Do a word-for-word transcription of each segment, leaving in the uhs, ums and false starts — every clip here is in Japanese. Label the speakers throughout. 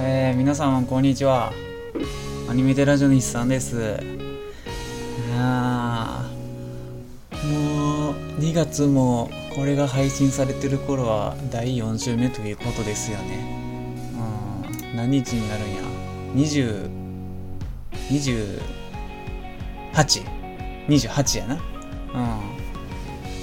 Speaker 1: えー、皆さんこんにちは。アニメテラジオの日産です。いやもうにがつもこれが配信されてる頃はだいよん週目ということですよね。うん、何日になるんや。20、にじゅうはち、にじゅうはちやな。うん。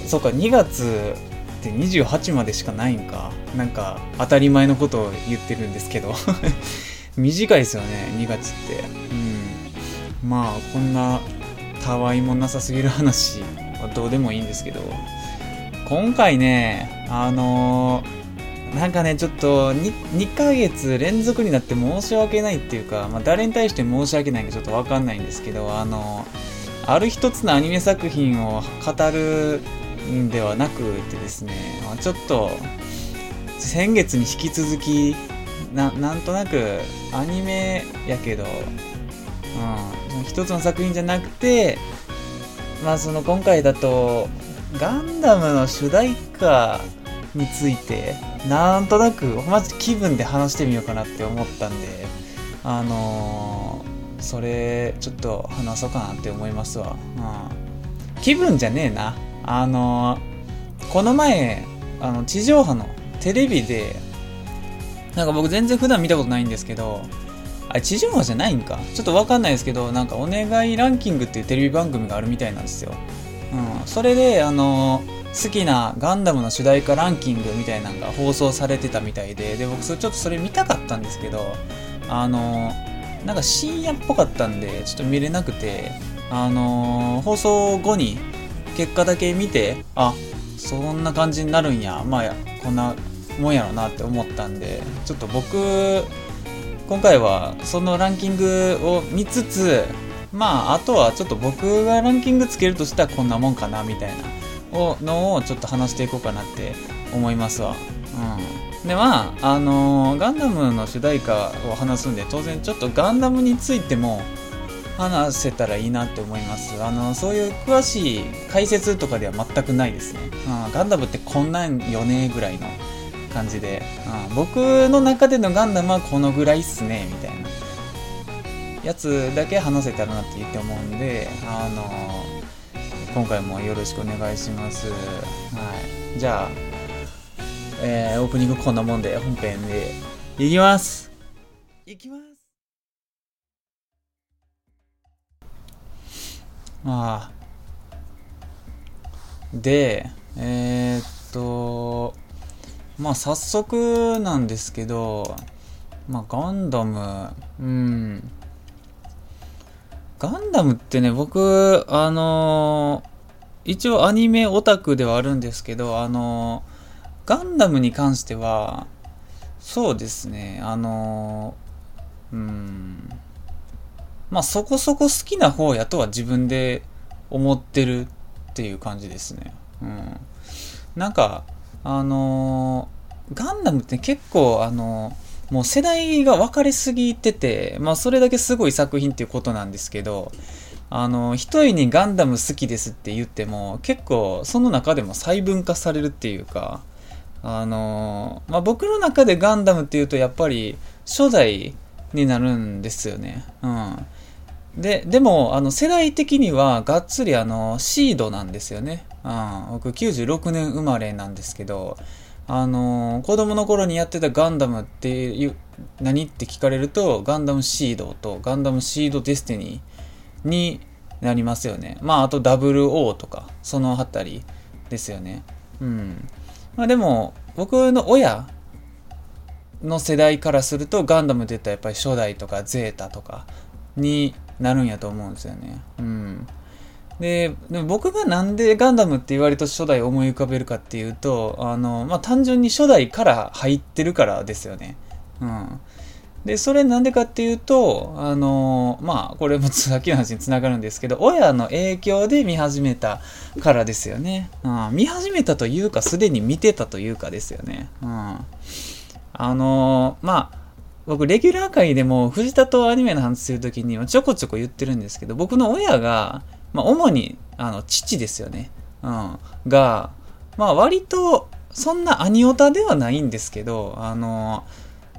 Speaker 1: そっか、にがつってにじゅうはちまでしかないんか。なんか当たり前のことを言ってるんですけど短いですよね、にがつって。うん。まあこんなたわいもなさすぎる話はどうでもいいんですけど、今回ね、あのー、なんかね、ちょっと 2, 2ヶ月連続になって申し訳ないっていうか、まあ、誰に対して申し訳ないかちょっとわかんないんですけど、あのー、ある一つのアニメ作品を語るんではなくてですね、まあ、ちょっと先月に引き続き な, なんとなくアニメやけど、うん、一つの作品じゃなくて、まあその今回だとガンダムの主題歌についてなんとなくまず気分で話してみようかなって思ったんで、あのー、それちょっと話そうかなって思いますわ。うん、気分じゃねえな。あのー、この前あの地上波のテレビでなんか僕全然普段見たことないんですけど、あれ地上波じゃないんかちょっとわかんないですけど、なんかお願いランキングっていうテレビ番組があるみたいなんですよ。うん、それであの好きなガンダムの主題歌ランキングみたいなのが放送されてたみたいで、で僕それちょっとそれ見たかったんですけど、あのなんか深夜っぽかったんでちょっと見れなくて、あの放送後に結果だけ見て、あ、そんな感じになるんや、まあこんなもんやろなって思ったんで、ちょっと僕今回はそのランキングを見つつ、まああとはちょっと僕がランキングつけるとしたらこんなもんかなみたいなのをちょっと話していこうかなって思いますわ。うん、でまああのー、ガンダムの主題歌を話すんで、当然ちょっとガンダムについても話せたらいいなって思います。あのそういう詳しい解説とかでは全くないですね。うん、ガンダムってこんなんよねぐらいの感じで、うん、僕の中でのガンダムはこのぐらいっすねみたいなやつだけ話せたらなって言って思うんで、あのー、今回もよろしくお願いします。はい、じゃあ、えー、オープニングこんなもんで本編でいきますいきますああでえー、っとまあ早速なんですけど、まあガンダム、うんガンダムってね、僕あのー、一応アニメオタクではあるんですけど、あのー、ガンダムに関してはそうですね、あのー、うんまあそこそこ好きな方やとは自分で思ってるっていう感じですね。うん、なんかあのー、ガンダムって結構あのー、もう世代が分かれすぎてて、まあそれだけすごい作品っていうことなんですけど、あのー、一人にガンダム好きですって言っても結構その中でも細分化されるっていうか、あのー、まあ僕の中でガンダムっていうとやっぱり初代になるんですよね。うん。で、でも、あの、世代的には、がっつり、あの、シードなんですよね。うん。僕、きゅうじゅうろくねん生まれなんですけど、あの、子供の頃にやってたガンダムっていう、何って聞かれると、ガンダムシードとガンダムシードデスティニーになりますよね。まあ、あと ダブルオー とか、そのあたりですよね。うん。まあ、でも、僕の親の世代からすると、ガンダムって言ったらやっぱり初代とかゼータとかになるんやと思うんですよね。うん。で、でも僕がなんでガンダムって言われると初代を思い浮かべるかっていうと、あの、まあ、単純に初代から入ってるからですよね。うん。で、それなんでかっていうと、あの、まあ、これもさっきの話につながるんですけど、親の影響で見始めたからですよね。うん。見始めたというか、すでに見てたというかですよね。うん。あの、まあ、僕レギュラー界でも藤田とアニメの話するときにちょこちょこ言ってるんですけど、僕の親が、まあ、主にあの父ですよね、うん、が、まあ、割とそんなアニオタではないんですけど、あの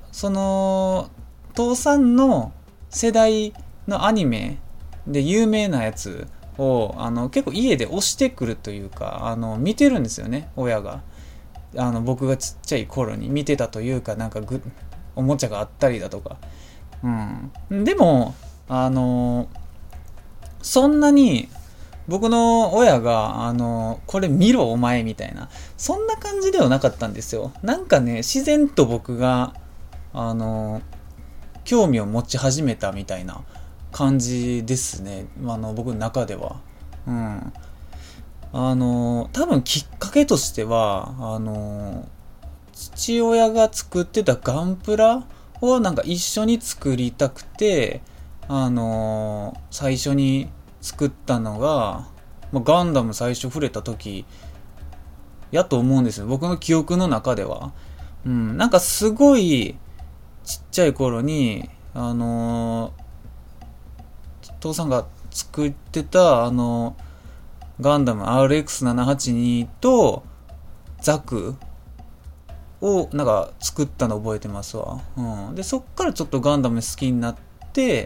Speaker 1: その父さんの世代のアニメで有名なやつをあの結構家で押してくるというか、あの見てるんですよね、親が。あの僕がちっちゃい頃に見てたというか、なんかぐおもちゃがあったりだとか、うん、でもあのそんなに僕の親があのこれ見ろお前みたいな、そんな感じではなかったんですよ。なんかね、自然と僕があの興味を持ち始めたみたいな感じですね、あの僕の中では。うん、あの多分きっかけとしては、あの父親が作ってたガンプラをなんか一緒に作りたくて、あの最初に作ったのが、まあ、ガンダム最初触れた時やと思うんですよ、僕の記憶の中では。うん、なんかすごいちっちゃい頃にあの父さんが作ってたあのガンダム アールエックスななはちに とザクをなんか作ったの覚えてますわ。うん、でそっからちょっとガンダム好きになって、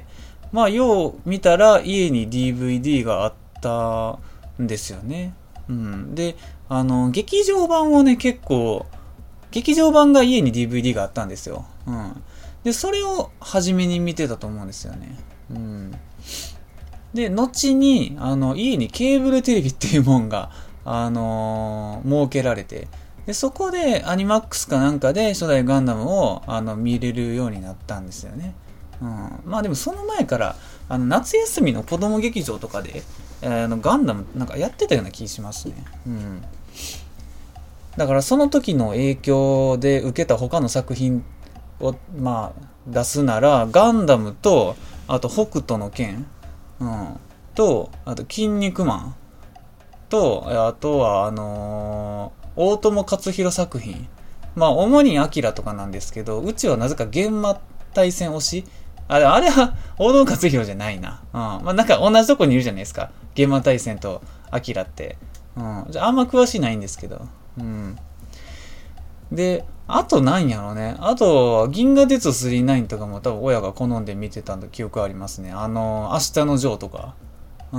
Speaker 1: まあよう見たら家に ディーブイディー があったんですよね。うん、であの劇場版をね、結構劇場版が家に ディーブイディー があったんですよ。うん、でそれを初めに見てたと思うんですよね。うん、で後にあの家にケーブルテレビっていうもんが、あのー、設けられて、でそこでアニマックスかなんかで初代ガンダムをあの見れるようになったんですよね。うん、まあでもその前からあの夏休みの子供劇場とかで、えー、のガンダムなんかやってたような気しますね。うん、だからその時の影響で受けた他の作品をまあ出すなら、ガンダムとあと北斗の拳、うん、とあと筋肉マンと、あとはあのー、大友克洋作品、まあ主にアキラとかなんですけど、うちはなぜか幻魔対戦推し、あれあれは大友克洋じゃないな、うん、まあなんか同じとこにいるじゃないですか、幻魔対戦とアキラって、うん、じゃああんま詳しいないんですけど、うん、であとなんやろうね、あと銀河鉄道スリーナインとかも多分親が好んで見てたの記憶ありますね。あの明日のジョーとか、うん、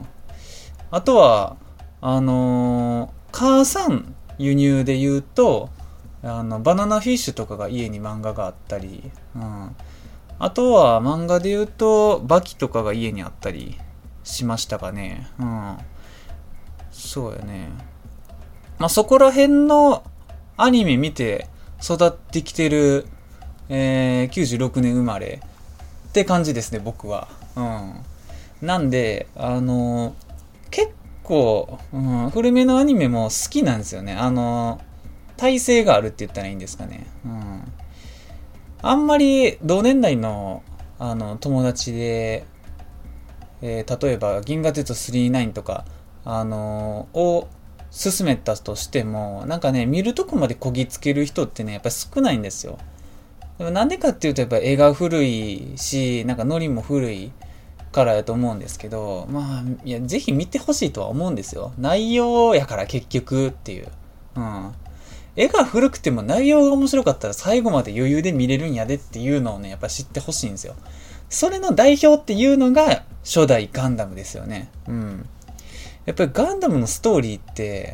Speaker 1: あとはあのー、母さん輸入で言うとあのバナナフィッシュとかが家に漫画があったり、うん、あとは漫画で言うとバキとかが家にあったりしましたかね。うん、そうやね。まあそこら辺のアニメ見て育ってきてる、えー、きゅうじゅうろくねん生まれって感じですね、僕は。うん、なんであのー、結構、うん、古めのアニメも好きなんですよね。あの耐性があるって言ったらいいんですかね。うん、あんまり同年代のあの友達で、えー、例えば銀河鉄道スリーナインとか、あのー、を進めたとしても、なんかね、見るとこまでこぎつける人ってね、やっぱり少ないんですよ。でもなんでかっていうと、やっぱ絵が古いし、なんかノリも古いからやと思うんですけど、まあ、いや、ぜひ見てほしいとは思うんですよ。内容やから結局っていう。うん。絵が古くても内容が面白かったら最後まで余裕で見れるんやでっていうのをね、やっぱ知ってほしいんですよ。それの代表っていうのが初代ガンダムですよね。うん。やっぱりガンダムのストーリーって、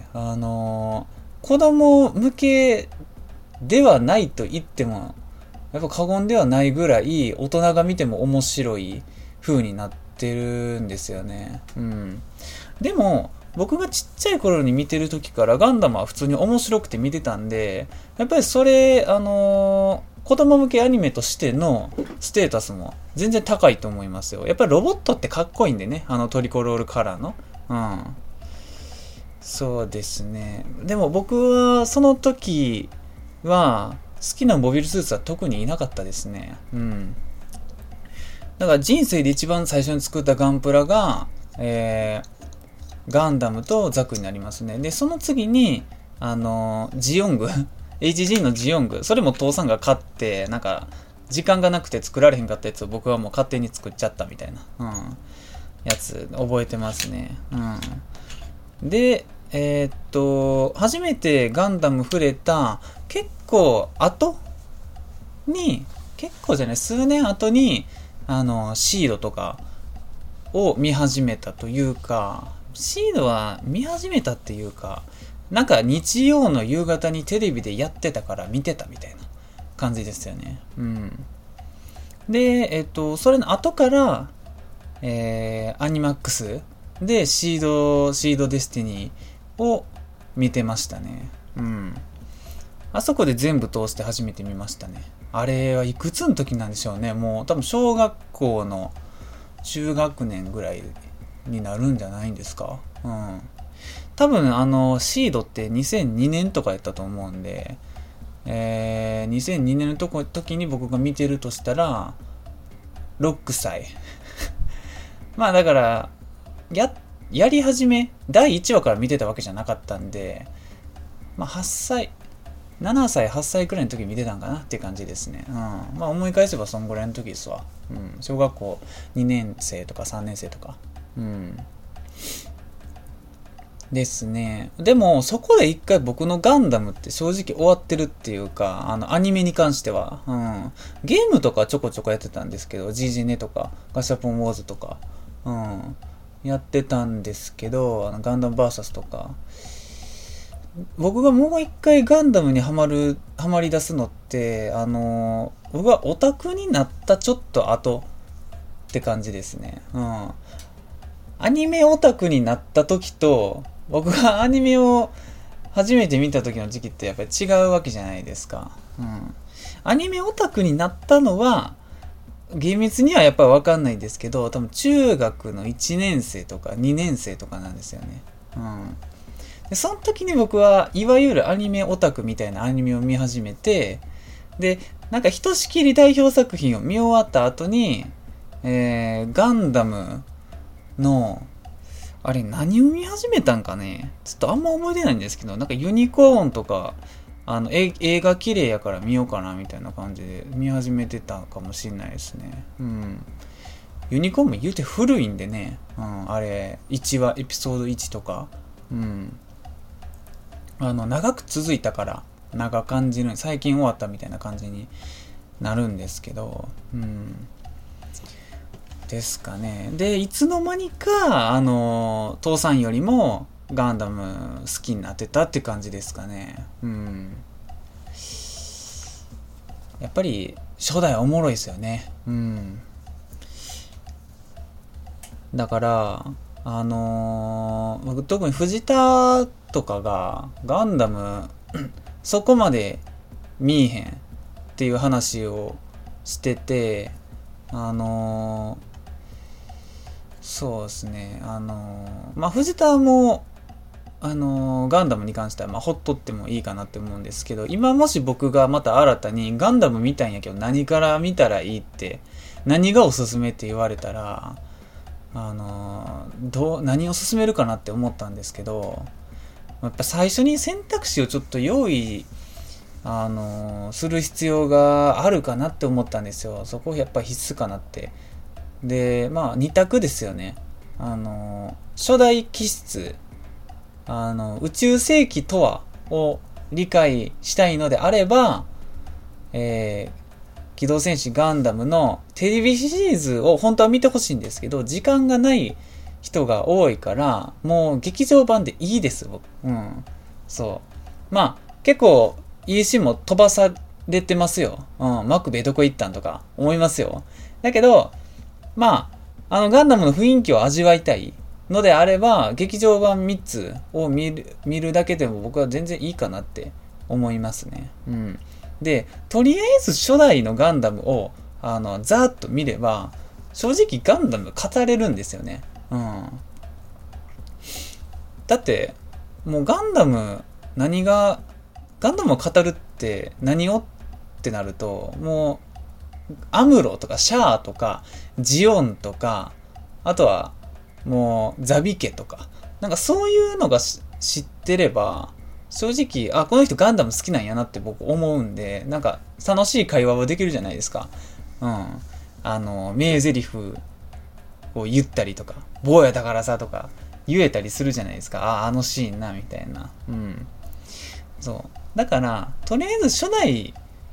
Speaker 1: あのー、子供向けではないと言っても、やっぱ過言ではないぐらい大人が見ても面白い風になってるんですよね。うん。でも、僕がちっちゃい頃に見てる時からガンダムは普通に面白くて見てたんで、やっぱりそれ、あのー、子供向けアニメとしてのステータスも全然高いと思いますよ。やっぱりロボットってかっこいいんでね、あのトリコロールカラーの。うん。そうですね。でも僕はその時は好きなモビルスーツは特にいなかったですね。うん。だから人生で一番最初に作ったガンプラが、えー、ガンダムとザクになりますね。で、その次に、あの、ジオング、エイチジー のジオング、それも父さんが買って、なんか、時間がなくて作られへんかったやつを僕はもう勝手に作っちゃったみたいな、うん、やつ覚えてますね。うん。で、えー、っと、初めてガンダム触れた、結構後に、結構じゃない、数年後に、あの、シードとかを見始めたというか、シードは見始めたっていうか、なんか日曜の夕方にテレビでやってたから見てたみたいな感じですよね。うん。で、えっと、それの後から、えー、アニマックスでシード、シードデスティニーを見てましたね。うん。あそこで全部通して初めて見ましたね。あれはいくつの時なんでしょうね。もう多分小学校の中学年ぐらいになるんじゃないんですか。うん。多分あのシードってにせんにねんとかやったと思うんで、えー、にせんにねんのとこ時に僕が見てるとしたらろくさい。まあだからややり始めだいいちわから見てたわけじゃなかったんで、まあはっさいななさいはっさいくらいの時に見てたんかなっていう感じですね。うん。まあ思い返せばそんぐらいの時ですわ。うん。小学校にねん生とかさんねん生とか。うん。ですね。でも、そこで一回僕のガンダムって正直終わってるっていうか、あの、アニメに関しては。うん。ゲームとかちょこちょこやってたんですけど、ジージー ネとか、ガシャポンウォーズとか、うん。やってたんですけど、あのガンダムバーサスとか。僕がもう一回ガンダムにハマる、ハマり出すのって、あの、僕がオタクになったちょっと後って感じですね。うん。アニメオタクになった時と、僕がアニメを初めて見た時の時期ってやっぱり違うわけじゃないですか。うん。アニメオタクになったのは、厳密にはやっぱりわかんないんですけど、多分中学のいちねん生とかにねん生とかなんですよね。うん。で、その時に僕はいわゆるアニメオタクみたいなアニメを見始めて、で、なんかひとしきり代表作品を見終わった後に、えー、ガンダムの、あれ何を見始めたんかね、ちょっとあんま覚えてないんですけど、なんかユニコーンとか、あの、え映画綺麗やから見ようかなみたいな感じで見始めてたかもしれないですね。うん。ユニコーンも言うて古いんでね、うん、あれ、いちわ、エピソードいちとか、うん。あの、長く続いたから、長感じる、最近終わったみたいな感じになるんですけど、うん。ですかね。で、いつの間にか、あの、父さんよりもガンダム好きになってたって感じですかね。うん。やっぱり、初代おもろいですよね。うん。だから、あのー僕特に藤田とかがガンダムそこまで見えへんっていう話をしてて、あのーそうですね、あのーまあ藤田も、あのーガンダムに関してはまあほっとってもいいかなって思うんですけど、今もし僕がまた新たにガンダム見たんやけど何から見たらいいって、何がおすすめって言われたら、あのーどう何を勧めるかなって思ったんですけど、やっぱ最初に選択肢をちょっと用意、あのーする必要があるかなって思ったんですよ。そこやっぱ必須かなって。で、まあ二択ですよね。あのー初代気質、あの宇宙世紀とはを理解したいのであれば、えー機動戦士ガンダムのテレビシリーズを本当は見てほしいんですけど、時間がない人が多いから、もう劇場版でいいです、僕。うん。そう。まあ、結構、いいシーンも飛ばされてますよ。うん。マクベどこ行ったんとか思いますよ。だけど、まあ、あのガンダムの雰囲気を味わいたいのであれば、劇場版みっつを見る、見るだけでも僕は全然いいかなって思いますね。うん。で、とりあえず初代のガンダムを、あの、ざーっと見れば、正直ガンダム語れるんですよね。うん。だって、もうガンダム、何が、ガンダムを語るって何をってなると、もう、アムロとかシャアとか、ジオンとか、あとは、もう、ザビ家とか、なんかそういうのが知ってれば、正直、あ、この人ガンダム好きなんやなって僕思うんで、なんか楽しい会話はできるじゃないですか。うん。あの、名台詞を言ったりとか、坊やだからさとか言えたりするじゃないですか。あ、あのシーンな、みたいな。うん。そう。だから、とりあえず初代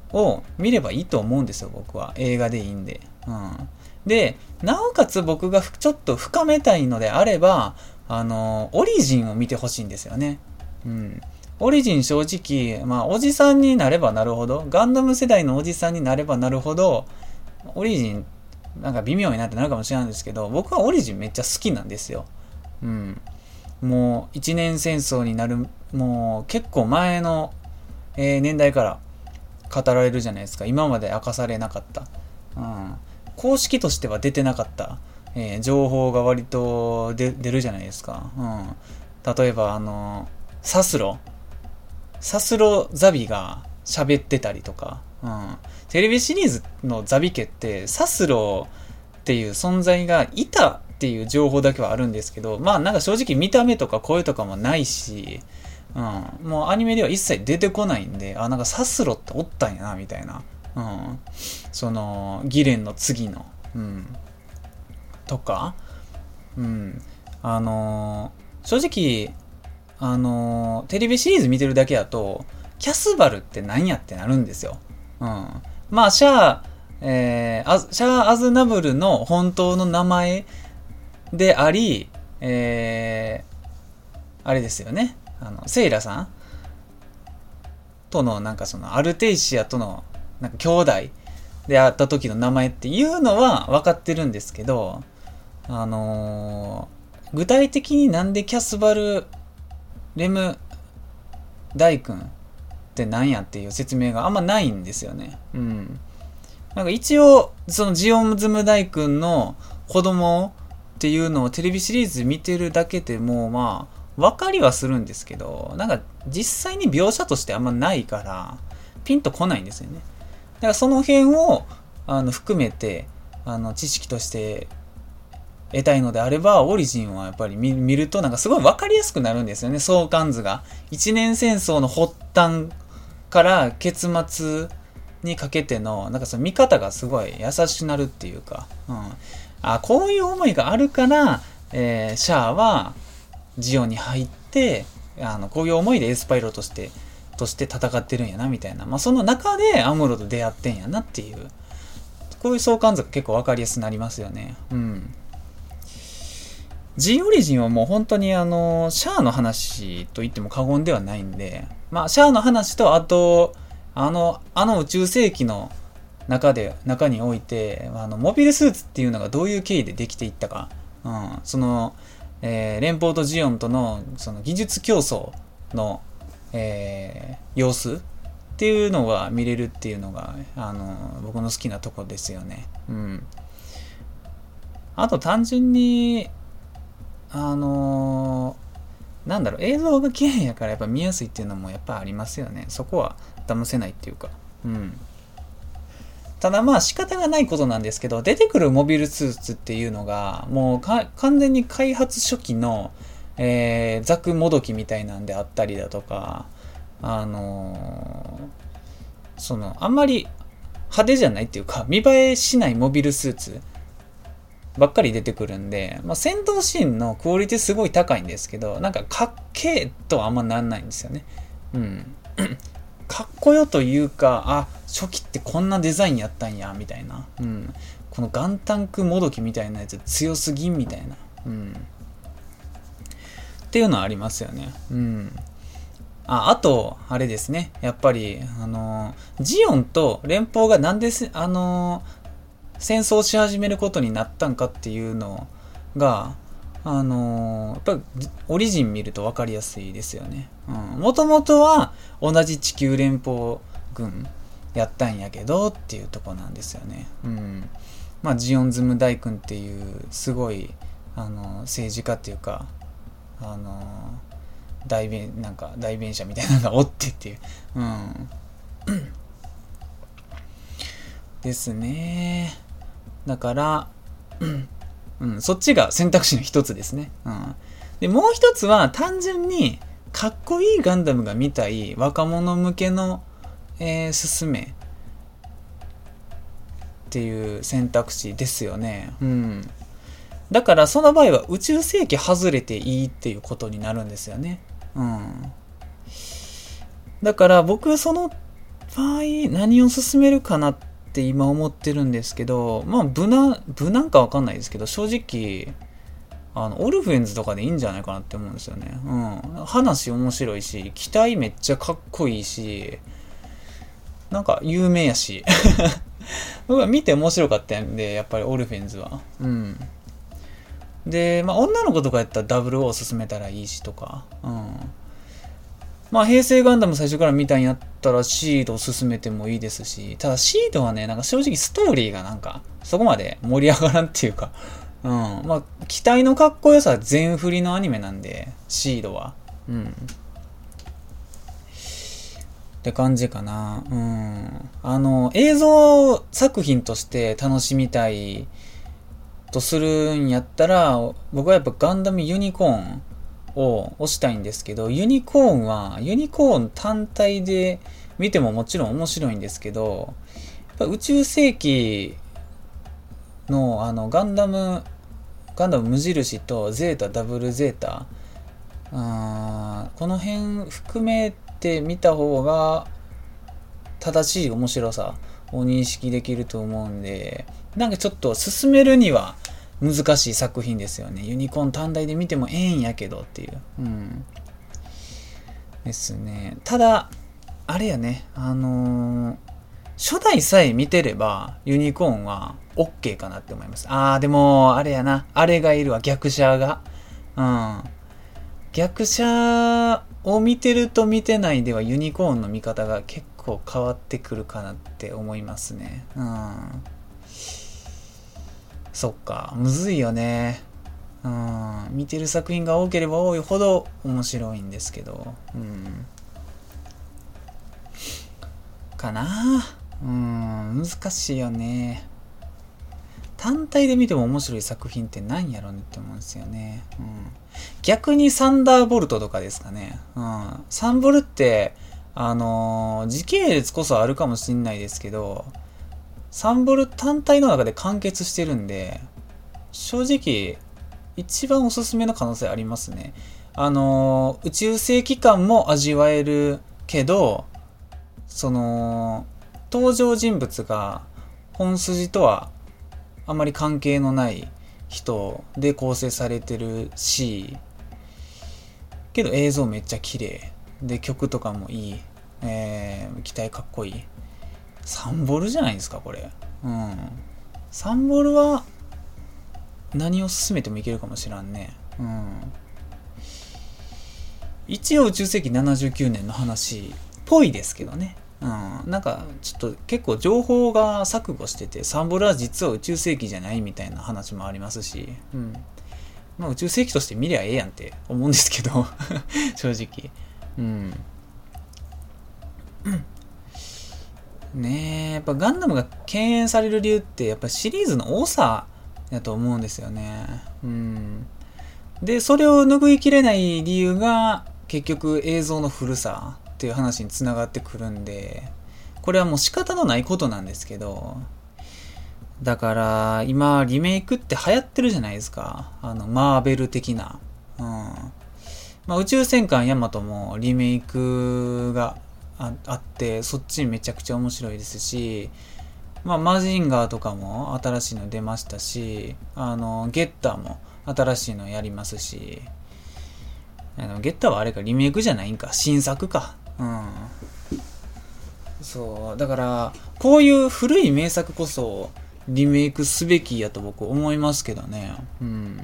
Speaker 1: を見ればいいと思うんですよ、僕は。映画でいいんで。うん。で、なおかつ僕がちょっと深めたいのであれば、あの、オリジンを見てほしいんですよね。うん。オリジン正直、まあ、おじさんになればなるほど、ガンダム世代のおじさんになればなるほど、オリジン、なんか微妙になってなるかもしれないんですけど、僕はオリジンめっちゃ好きなんですよ。うん。もう、一年戦争になる、もう、結構前の、えー年代から語られるじゃないですか。今まで明かされなかった。うん。公式としては出てなかった、えー情報が割と出るじゃないですか。うん。例えば、あの、サスロ。サスロザビが喋ってたりとか、うん。テレビシリーズのザビ家ってサスロっていう存在がいたっていう情報だけはあるんですけど、まあなんか正直見た目とか声とかもないし、うん。もうアニメでは一切出てこないんで、あ、なんかサスロっておったんやな、みたいな。うん。その、ギレンの次の、うん。とか、うん。あのー正直、あのーテレビシリーズ見てるだけだと、キャスバルって何やってなるんですよ。うん。まあ、シャア、えー、アシャア・アズナブルの本当の名前であり、えー、あれですよね。あの、セイラさんとの、なんかその、アルテイシアとの、なんか兄弟であった時の名前っていうのは分かってるんですけど、あのー具体的になんでキャスバル・レム大君ってなんやっていう説明があんまないんですよね。うん。なんか一応、そのジオンズム大君の子供っていうのをテレビシリーズ見てるだけでも、まあ、分かりはするんですけど、なんか実際に描写としてあんまないから、ピンとこないんですよね。だからその辺を、あの、含めて、あの、知識として得たいのであれば、オリジンはやっぱり 見, 見るとなんかすごい分かりやすくなるんですよね、相関図が。一年戦争の発端から結末にかけての、なんかその見方がすごい優しくなるっていうか、うん。あ、こういう思いがあるから、えー、シャアはジオンに入って、あの、こういう思いでエスパイロとして、として戦ってるんやな、みたいな。まあ、その中でアムロと出会ってんやなっていう、こういう相関図が結構分かりやすくなりますよね。うん。G オリジンはもう本当にあの、シャアの話と言っても過言ではないんで、まあ、シャアの話と、あと、あの、あの宇宙世紀の中で、中において、あの、モビルスーツっていうのがどういう経緯でできていったか、うん、その、えー連邦とジオンとの、その技術競争の、えー様子っていうのが見れるっていうのが、あの、僕の好きなとこですよね。うん。あと単純に、あのーなんだろう、映像が綺麗やからやっぱ見やすいっていうのもやっぱありますよね。そこは騙せないっていうか。うん。ただまあ仕方がないことなんですけど、出てくるモビルスーツっていうのが、もうか完全に開発初期の、えー、ザクもどきみたいなんであったりだとか、あのーその、あんまり派手じゃないっていうか、見栄えしないモビルスーツばっかり出てくるんで、まあ、戦闘シーンのクオリティすごい高いんですけど、なんかかっけーとはあんまなんないんですよね。うん。かっこよというか、あ、初期ってこんなデザインやったんや、みたいな。うん。このガンタンクもどきみたいなやつ強すぎんみたいな。うん。っていうのはありますよね。うん。あ、あと、あれですね。やっぱり、あのージオンと連邦がなんでせ、あのー戦争し始めることになったんかっていうのが、あのーやっぱりオリジン見ると分かりやすいですよね。もともとは同じ地球連邦軍やったんやけどっていうとこなんですよね。うん。まあジオンズム大君っていうすごい、あのー政治家っていうか、あのー代弁、なんか代弁者みたいなのがおってっていう。うん。ですね。だから、うん、そっちが選択肢の一つですね。うん。で、もう一つは単純にかっこいいガンダムが見たい若者向けの、えー、勧めっていう選択肢ですよね。うん。だからその場合は宇宙世紀外れていいっていうことになるんですよね。うん。だから僕その場合何を勧めるかなって今思ってるんですけど、まあ無難、無難かわかんないですけど、正直、あの、オルフェンズとかでいいんじゃないかなって思うんですよね。うん。話面白いし、機体めっちゃかっこいいし、なんか有名やし。僕は見て面白かったんで、やっぱりオルフェンズは。うん。で、まあ女の子とかやったらダブルオー勧めたらいいしとか。うん。まあ平成ガンダム最初から見たんやったらシードを進めてもいいですし、ただシードはね、なんか正直ストーリーがなんかそこまで盛り上がらんっていうか、うん。まあ機体のかっこよさは全振りのアニメなんで、シードは。うん。って感じかな。うん。あの、映像作品として楽しみたいとするんやったら、僕はやっぱガンダムユニコーンを推したいんですけど、ユニコーンは、ユニコーン単体で見てももちろん面白いんですけど、やっぱ宇宙世紀のあのガンダム、ガンダム無印とゼータ、ダブルゼータ、あーこの辺含めて見た方が正しい面白さを認識できると思うんで、なんかちょっと進めるには難しい作品ですよね。ユニコーン単体で見てもええんやけどっていう。うん。ですね。ただ、あれやね、あのー初代さえ見てれば、ユニコーンは OK かなって思います。あー、でも、あれやな。あれがいるわ、逆シャアが。うん。逆シャアを見てると見てないではユニコーンの見方が結構変わってくるかなって思いますね。うん。そっか、むずいよね。うん。見てる作品が多ければ多いほど面白いんですけど。うん。かな。うん。難しいよね。単体で見ても面白い作品って何やろねって思うんですよね。うん、逆にサンダーボルトとかですかね。うん、サンボルって、あのー時系列こそあるかもしんないですけど、サンボル単体の中で完結してるんで、正直、一番おすすめの可能性ありますね。あのー宇宙世紀感も味わえるけど、その、登場人物が本筋とはあんまり関係のない人で構成されてるし、けど映像めっちゃ綺麗で曲とかもいい、えー、機体かっこいい。サンボルじゃないですかこれ。うん。サンボルは何を進めてもいけるかもしらんね。うん。一応宇宙世紀ななじゅうきゅうねんの話っぽいですけどね。うん、なんかちょっと結構情報が錯誤してて、サンボルは実は宇宙世紀じゃないみたいな話もありますし、うん、まあ宇宙世紀として見りゃええやんって思うんですけど正直、うん、ねえ、やっぱガンダムが敬遠される理由ってやっぱシリーズの多さだと思うんですよね。うん、でそれを拭いきれない理由が結局映像の古さっていう話につながってくるんで、これはもう仕方のないことなんですけど、だから今リメイクって流行ってるじゃないですか。あのマーベル的な、うん、まあ、宇宙戦艦ヤマトもリメイクが あ, あってそっちめちゃくちゃ面白いですし、まあ、マジンガーとかも新しいの出ましたし、あのゲッターも新しいのやりますし、あのゲッターはあれかリメイクじゃないんか、新作か。うん。そうだからこういう古い名作こそリメイクすべきやと僕思いますけどね。うん。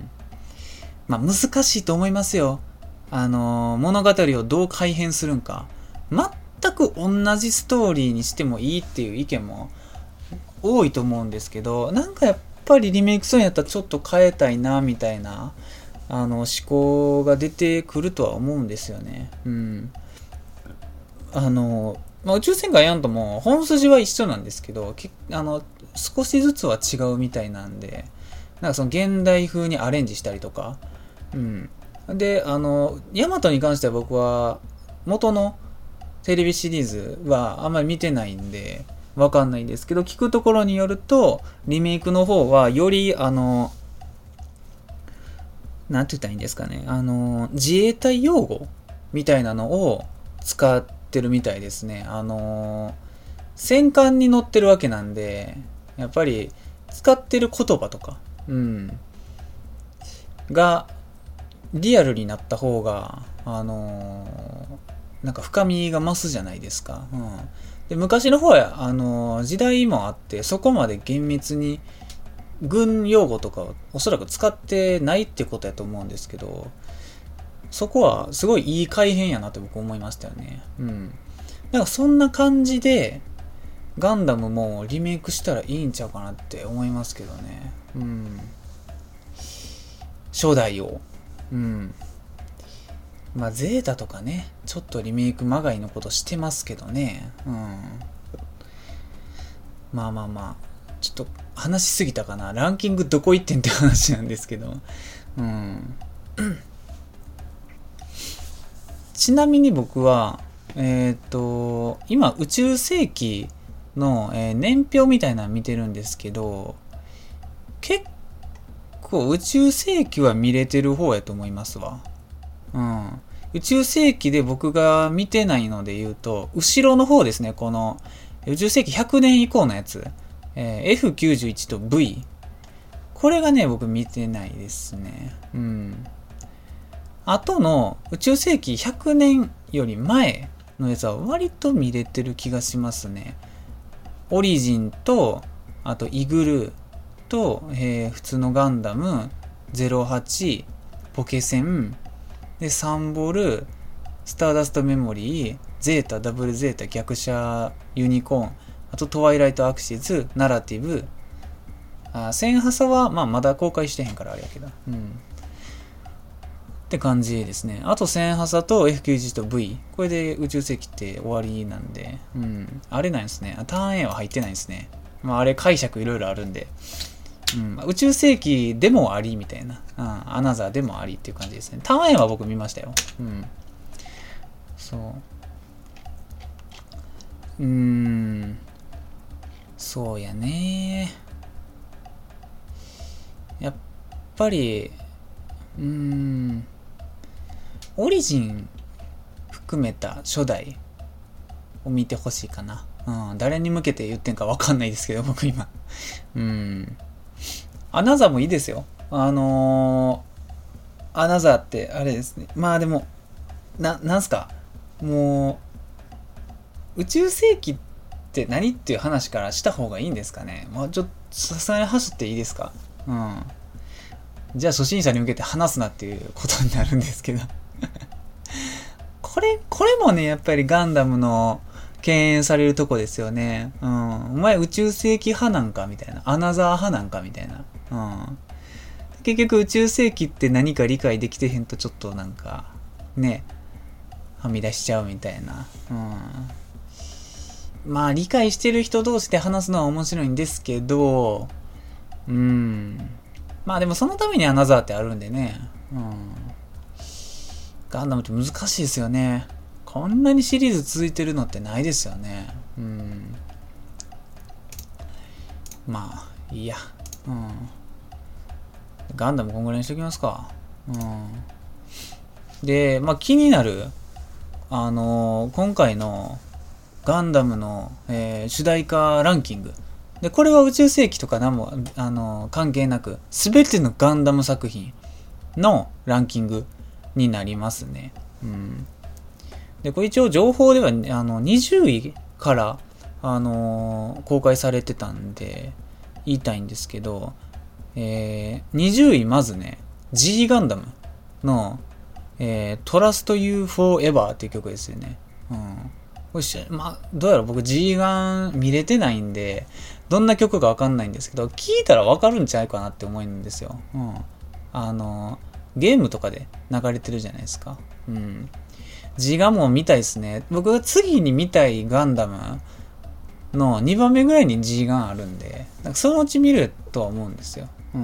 Speaker 1: まあ難しいと思いますよ。あの物語をどう改変するんか。全く同じストーリーにしてもいいっていう意見も多いと思うんですけど、なんかやっぱりリメイクするんやったらちょっと変えたいなみたいなあの思考が出てくるとは思うんですよね。うん。あの、まあ、宇宙戦艦ヤンとも本筋は一緒なんですけど、けあの少しずつは違うみたいなんで、なんかその現代風にアレンジしたりとか、うん。で、あの、ヤマトに関しては僕は元のテレビシリーズはあんまり見てないんでわかんないんですけど、聞くところによるとリメイクの方はよりあのなんて言ったらいいんですかね、あの自衛隊用語みたいなのを使ってるみたいですね。あの戦艦に乗ってるわけなんで、やっぱり使ってる言葉とか、うん、がリアルになった方が、あのー、なんか深みが増すじゃないですか。うん、で昔の方はあのー、時代もあってそこまで厳密に軍用語とかをおそらく使ってないってことやと思うんですけど、そこはすごいいい改変やなって僕思いましたよね。うん。なんかそんな感じでガンダムもリメイクしたらいいんちゃうかなって思いますけどね。うん。初代を。うん。まあゼータとかね、ちょっとリメイクまがいのことしてますけどね。うん。まあまあまあ。ちょっと話しすぎたかな。ランキングどこ行ってんって話なんですけど。うん。ちなみに僕は、えっと、今宇宙世紀の、えー年表みたいなの見てるんですけど、結構宇宙世紀は見れてる方やと思いますわ。うん。宇宙世紀で僕が見てないので言うと、後ろの方ですね、この宇宙世紀ひゃくねん以降のやつ。えー、エフきゅうじゅういち と V。これがね、僕見てないですね。うん。後の宇宙世紀ひゃくねんより前のやつは割と見れてる気がしますね。オリジンと、あとイグルと、えー、普通のガンダム、ゼロはち、ポケセン、で、サンボル、スターダストメモリー、ゼータ、ダブルゼータ、逆者、ユニコーン、あとトワイライトアクシズ、ナラティブ、あ、センハサは、まあ、まだ公開してへんからあれやけど。うん。って感じですね。あとセンハサと エフきゅうじゅういち と V。これで宇宙世紀って終わりなんで。うん。あれなんですね。ターン A は入ってないですね。まあ、あれ解釈いろいろあるんで。うん。宇宙世紀でもありみたいな。うん。アナザーでもありっていう感じですね。ターン A は僕見ましたよ。うん。そう。うーん。そうやね。やっぱり、うーん。オリジン含めた初代を見てほしいかな。うん。誰に向けて言ってんかわかんないですけど、僕今。うん。アナザーもいいですよ。あのー、アナザーってあれですね。まあでも、な、なんすか。もう、宇宙世紀って何っていう話からした方がいいんですかね。まあちょっと、さすがに走っていいですか。うん。じゃあ初心者に向けて話すなっていうことになるんですけど。これ、これもね、やっぱりガンダムの敬遠されるとこですよね。うん。お前宇宙世紀派なんかみたいな。アナザー派なんかみたいな。うん。結局宇宙世紀って何か理解できてへんとちょっとなんか、ね、はみ出しちゃうみたいな。うん。まあ理解してる人同士で話すのは面白いんですけど、うん。まあでもそのためにアナザーってあるんでね。うん。ガンダムって難しいですよね。こんなにシリーズ続いてるのってないですよね。うん。まあ、いいや。うん。ガンダムこんぐらいにしときますか。うん。で、まあ気になる、あのー今回のガンダムの、えー主題歌ランキング。で、これは宇宙世紀とか何も、あのー関係なく、すべてのガンダム作品のランキングになりますね。うん。で、これ一応情報では、ね、あの、にじゅういから、あのー公開されてたんで、言いたいんですけど、えー、にじゅういまずね、G ガンダムの、えー、Trust You Forever っていう曲ですよね。うん。これし、まあ、どうやら僕 G ガン見れてないんで、どんな曲かわかんないんですけど、聞いたらわかるんちゃうかなって思うんですよ。うん。あのー、ゲームとかで流れてるじゃないですか。うん。G ガンも見たいですね。僕が次に見たいガンダムのにばんめぐらいに G ガンあるんで、なんかそのうち見るとは思うんですよ。うん。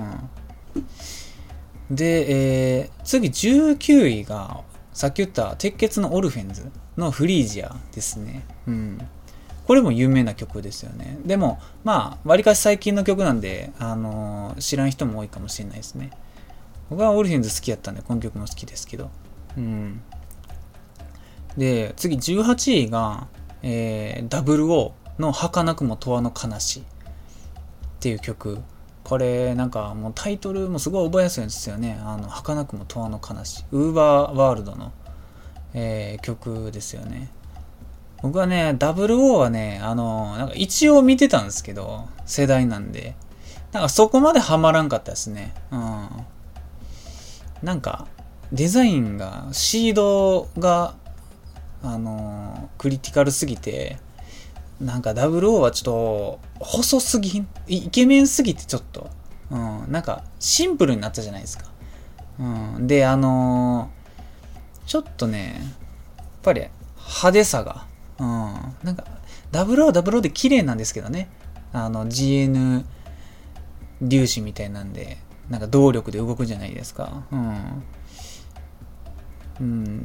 Speaker 1: で、えー、次じゅうきゅういが、さっき言った鉄血のオルフェンズのフリージアですね。うん。これも有名な曲ですよね。でも、まあ、わりかし最近の曲なんで、あのー知らん人も多いかもしれないですね。僕はオルフェンズ好きやったんで、この曲も好きですけど。うん。で、次じゅうはちいが、えー、ダブルオーの儚くも永遠の悲しいっていう曲。これなんかもうタイトルもすごい覚えやすいんですよね。あの儚くも永遠の悲しい、ウーバーワールドの、えー、曲ですよね。僕はね、ダブルオーはね、あのなんか一応見てたんですけど、世代なんでなんかそこまでハマらんかったですね。うん。なんかデザインがシードがあのクリティカルすぎて、なんかダブルオーはちょっと細すぎん、イケメンすぎてちょっと、うん、なんかシンプルになったじゃないですか。うん、であのー、ちょっとねやっぱり派手さが、うん、なんかダブルオーはダブルオーで綺麗なんですけどね、あの ジーエヌ 粒子みたいなんでなんか動力で動くじゃないですか。うん、うん、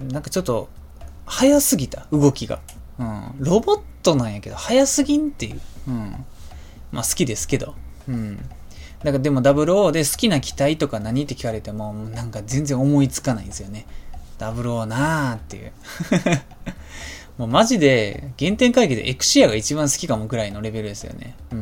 Speaker 1: なんかちょっと早すぎた動きが、うん、ロボットなんやけど早すぎんっていう、うん、まあ好きですけど、うん、だからでもダブルオーで好きな機体とか何って聞かれてもなんか全然思いつかないんですよね。ダブルオーなーっていうもうマジで原点回帰でエクシアが一番好きかもぐらいのレベルですよね。うん。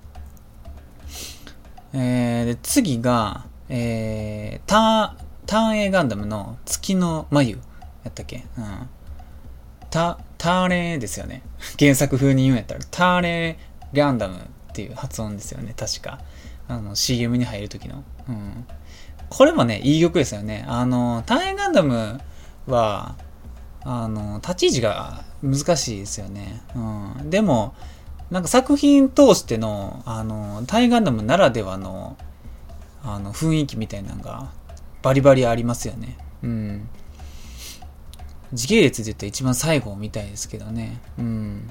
Speaker 1: えー、で次が、えー、ターターン A ガンダムの月の眉やったっけ、うん、タターレーですよね。原作風に言うんやったらターレーガンダムっていう発音ですよね、確か。あの シーエム に入る時の、うん、これもねいい曲ですよね。あのターレーガンダムはあの立ち位置が難しいですよね、うん、でもなんか作品通してのあのターレーガンダムならではのあの雰囲気みたいなのがバリバリありますよね。うん。時系列で言ったら一番最後みたいですけどね。うん。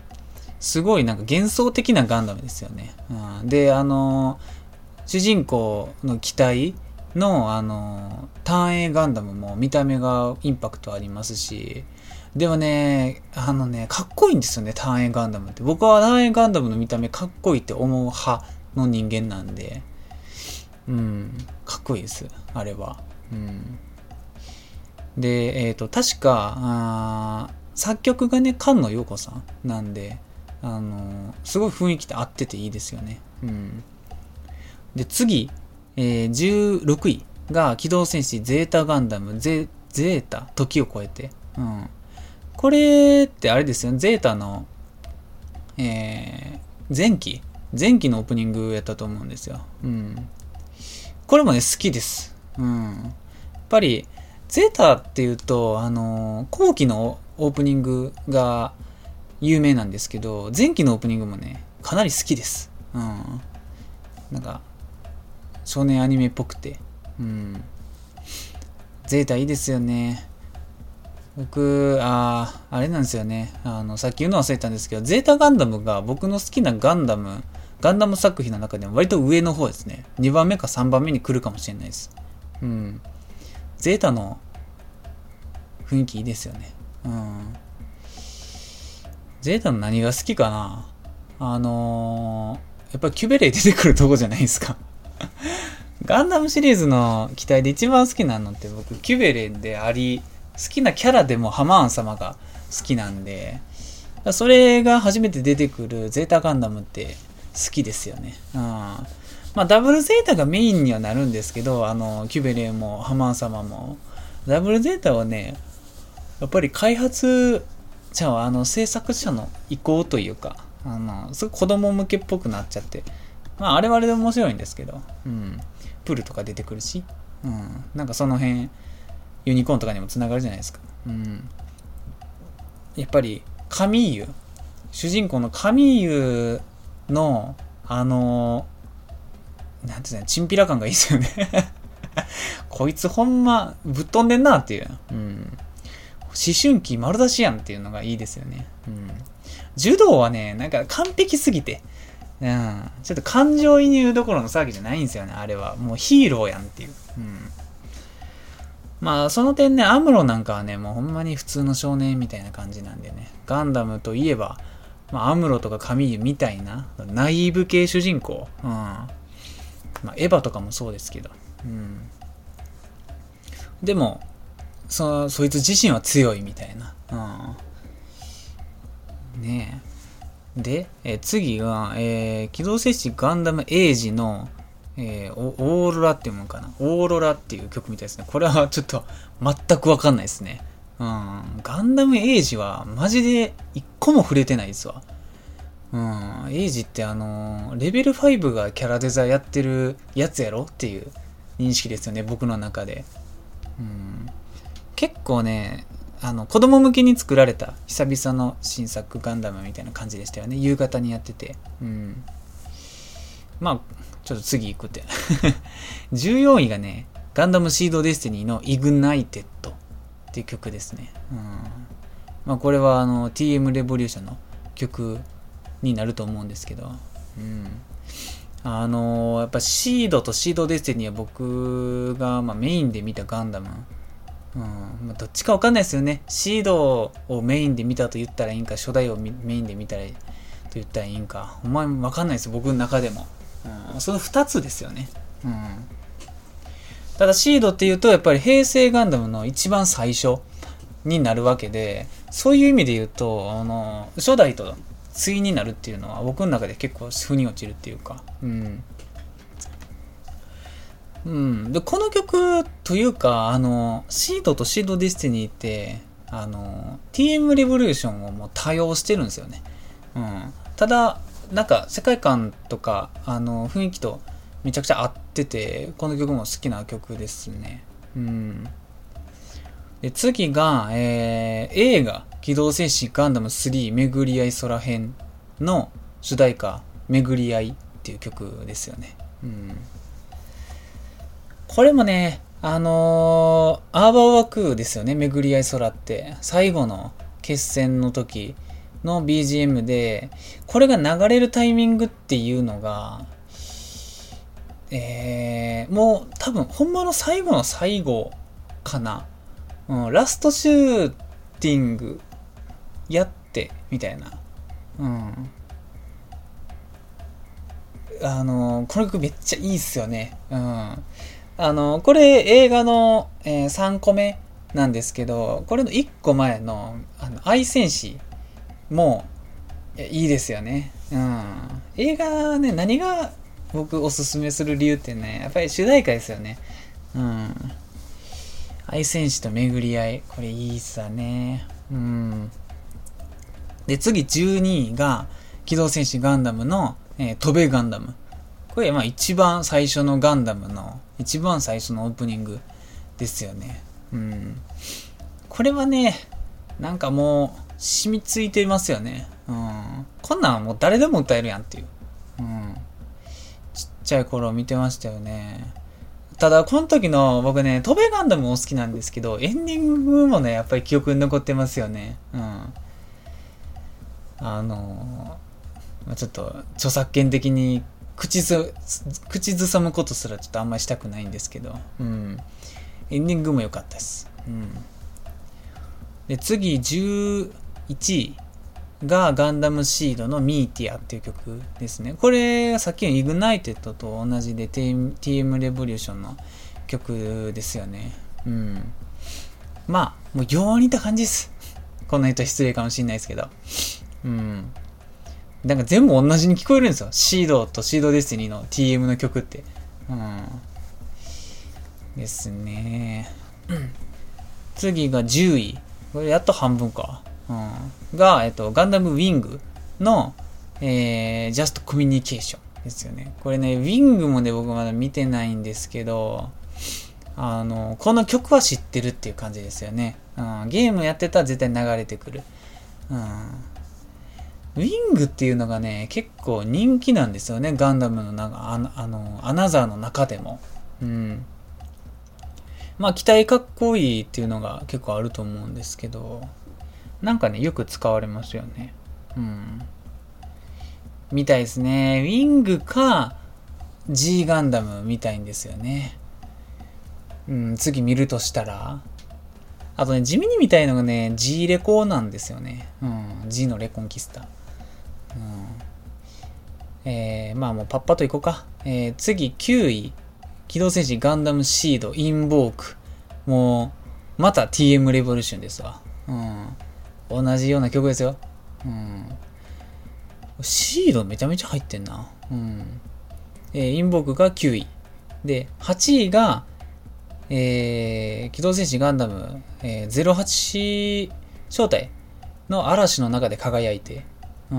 Speaker 1: すごいなんか幻想的なガンダムですよね。うん、で、あの、主人公の機体の、あの、ターン A ガンダムも見た目がインパクトありますし、でもね、あのね、かっこいいんですよね、ターン A ガンダムって。僕はターン A ガンダムの見た目かっこいいって思う派の人間なんで、うん、かっこいいです、あれは。うん。で、えっ、ー、と、確か、あ作曲がね、菅野陽子さんなんで、あのー、すごい雰囲気と合ってていいですよね。うん。で、次、えー、じゅうろくいが、機動戦士ゼータガンダム、ゼ、ゼータ、時を超えて。うん。これってあれですよね、ゼータの、えー、前期前期のオープニングやったと思うんですよ。うん。これもね、好きです。うん。やっぱり、ゼータっていうと、あのー、後期のオープニングが有名なんですけど、前期のオープニングもね、かなり好きです。うん。なんか、少年アニメっぽくて。うん。ゼータいいですよね。僕、ああ、あれなんですよね。あの、さっき言うの忘れたんですけど、ゼータガンダムが僕の好きなガンダム、ガンダム作品の中でも割と上の方ですね。にばんめかさんばんめに来るかもしれないです。うん。ゼータの雰囲気いいですよね。うん。ゼータの何が好きかな、あのー、やっぱりキュベレイ出てくるとこじゃないですか。ガンダムシリーズの機体で一番好きなのって僕、キュベレイであり、好きなキャラでもハマーン様が好きなんで、それが初めて出てくるゼータガンダムって好きですよね。うん。まあ、ダブルゼータがメインにはなるんですけど、あの、キュベレイもハマーン様も、ダブルゼータはね、やっぱり開発じゃあ、あの制作者の意向というか、あのすごい子供向けっぽくなっちゃって、まああれはあれで面白いんですけど、うん、プルとか出てくるし、うん、なんかその辺ユニコーンとかにもつながるじゃないですか。うん、やっぱりカミーユ、主人公のカミーユのあのなんていうの、チンピラ感がいいですよね。こいつほんまぶっ飛んでんなっていう。うん。思春期丸出しやんっていうのがいいですよね。うん。柔道はね、なんか完璧すぎて、うん、ちょっと感情移入どころの騒ぎじゃないんですよね、あれは。もうヒーローやんっていう。うん。まあ、その点ね、アムロなんかはね、もうほんまに普通の少年みたいな感じなんでね。ガンダムといえば、まあ、アムロとかカミーユみたいな、ナイーブ系主人公。うん。まあ、エヴァとかもそうですけど。うん。でも、そそいつ自身は強いみたいな、うん、ねえ。 で、えー次が、えー機動戦士ガンダムエイジの、えーオオーロラっていうもんかな。オーロラっていう曲みたいですね。これはちょっと全くわかんないですね。うん。ガンダムエイジはマジで一個も触れてないですわ。うん。エイジってあのーレベルファイブがキャラデザやってるやつやろっていう認識ですよね。僕の中で。うん。結構ね、あの、子供向けに作られた久々の新作ガンダムみたいな感じでしたよね。夕方にやってて。うん。まあ、ちょっと次行くって。じゅうよんいがね、ガンダムシードデスティニーのイグナイテッドっていう曲ですね。うん。まあ、これはあの、ティーエム レボリューションの曲になると思うんですけど。うん。あのーやっぱシードとシードデスティニーは僕が、まあ、メインで見たガンダム。うんまあ、どっちかわかんないですよね。シードをメインで見たと言ったらいいんか、初代をメインで見たらと言ったらいいんか。お前わかんないですよ、僕の中でも。うん、そのふたつですよね。うん。ただシードっていうと、やっぱり平成ガンダムの一番最初になるわけで、そういう意味で言うと、あの、初代と対になるっていうのは僕の中で結構腑に落ちるっていうか。うん。うん、でこの曲というかあのシードとシードディスティニーってあの ティーエム レボリューションをもう多用してるんですよね、うん、ただなんか世界観とかあの雰囲気とめちゃくちゃ合っててこの曲も好きな曲ですね、うん、で次が、えー、映画機動戦士ガンダムスリー巡り合い空編の主題歌巡り合いっていう曲ですよね、うんこれもね、あのー、アーバーワクーですよね、巡り合い空って。最後の決戦の時の ビージーエム で、これが流れるタイミングっていうのが、えー、もう多分、ほんまの最後の最後かな。うん、ラストシューティングやって、みたいな。うん。あのー、この曲めっちゃいいっすよね。うん。あの、これ映画の、えーさんこめなんですけど、これのいっこまえの、あの、愛戦士もいいですよね。うん。映画ね、何が僕おすすめする理由ってね、やっぱり主題歌ですよね。うん。愛戦士と巡り合い。これいいっすわね。うん。で、次じゅうにいが、機動戦士ガンダムの、えー、飛べガンダム。これまあ一番最初のガンダムの一番最初のオープニングですよね。うん。これはね、なんかもう染みついてますよね。うん。こんなんはもう誰でも歌えるやんっていう。うん。ちっちゃい頃見てましたよね。ただこの時の僕ね、飛べガンダムも好きなんですけど、エンディングもね、やっぱり記憶に残ってますよね。うん。あのー、ちょっと著作権的に口ず、口ずさむことすらちょっとあんまりしたくないんですけど、うん。エンディングも良かったです。うん。で、次、じゅういちいがガンダムシードのミーティアっていう曲ですね。これ、さっきのイグナイテッドと同じで ティーエム レボリューションの曲ですよね。うん。まあ、もうよう似た感じです。こんな人失礼かもしれないですけど。うん。なんか全部同じに聞こえるんですよ。シードとシードデスティニーの ティーエム の曲って。うん。ですね。次がじゅうい。これやっと半分か。うん。が、えっと、ガンダムウィングの、えー、ジャストコミュニケーションですよね。これね、ウィングもね、僕まだ見てないんですけど、あの、この曲は知ってるっていう感じですよね。うん。ゲームやってたら絶対流れてくる。うん。ウィングっていうのがね、結構人気なんですよね。ガンダムのなんか、あの、あのアナザーの中でも。うん。まあ、機体かっこいいっていうのが結構あると思うんですけど、なんかね、よく使われますよね。うん。みたいですね。ウィングか、G ガンダムみたいんですよね。うん、次見るとしたら。あとね、地味に見たいのがね、G レコなんですよね。うん、G のレコンキスタ。うん、えー、まあもうパッパといこうか。えー、次きゅうい。機動戦士ガンダムシードインボーク。もう、また ティーエム レボリューションですわ。うん。同じような曲ですよ。うん。 シードめちゃめちゃ入ってんな。うん。えー、インボークがきゅうい。で、はちいが、えー、機動戦士ガンダム、えー、ゼロはち正体の嵐の中で輝いて、うん。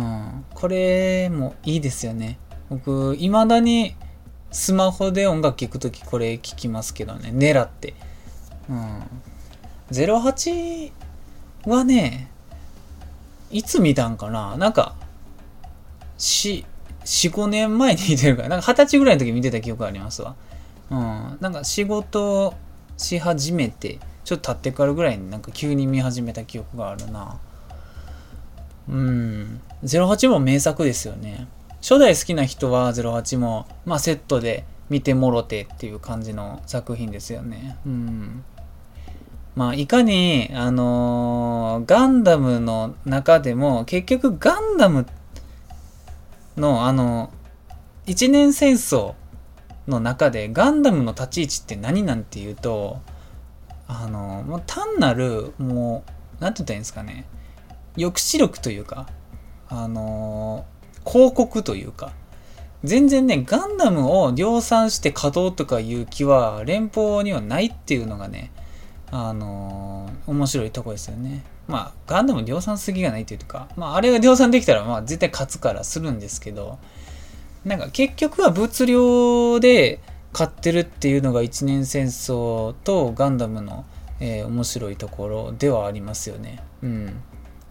Speaker 1: これもいいですよね。僕、未だにスマホで音楽聴くときこれ聴きますけどね。狙って。うん。ゼロはちはね、いつ見たんかななんか、し、よん、ごねんまえに見てるから、なんかはたちぐらいの時見てた記憶ありますわ。うん。なんか仕事し始めて、ちょっと経ってからぐらいになんか急に見始めた記憶があるな。うん。ゼロはちも名作ですよね。初代好きな人はゼロはちも、まあセットで見てもろてっていう感じの作品ですよね。うん。まあ、いかに、あのーガンダムの中でも、結局ガンダムの、あの、一年戦争の中でガンダムの立ち位置って何なんていうと、あの、もう単なる、もう、なんて言ったらいいんですかね、抑止力というか、あのー広告というか、全然ね、ガンダムを量産して稼働とかいう気は連邦にはないっていうのがね、あのー面白いとこですよね。まあ、ガンダム量産すぎがないというか、まあ、あれが量産できたら、まあ、絶対勝つからするんですけど、なんか結局は物量で勝ってるっていうのが一年戦争とガンダムの、えー面白いところではありますよね。うん。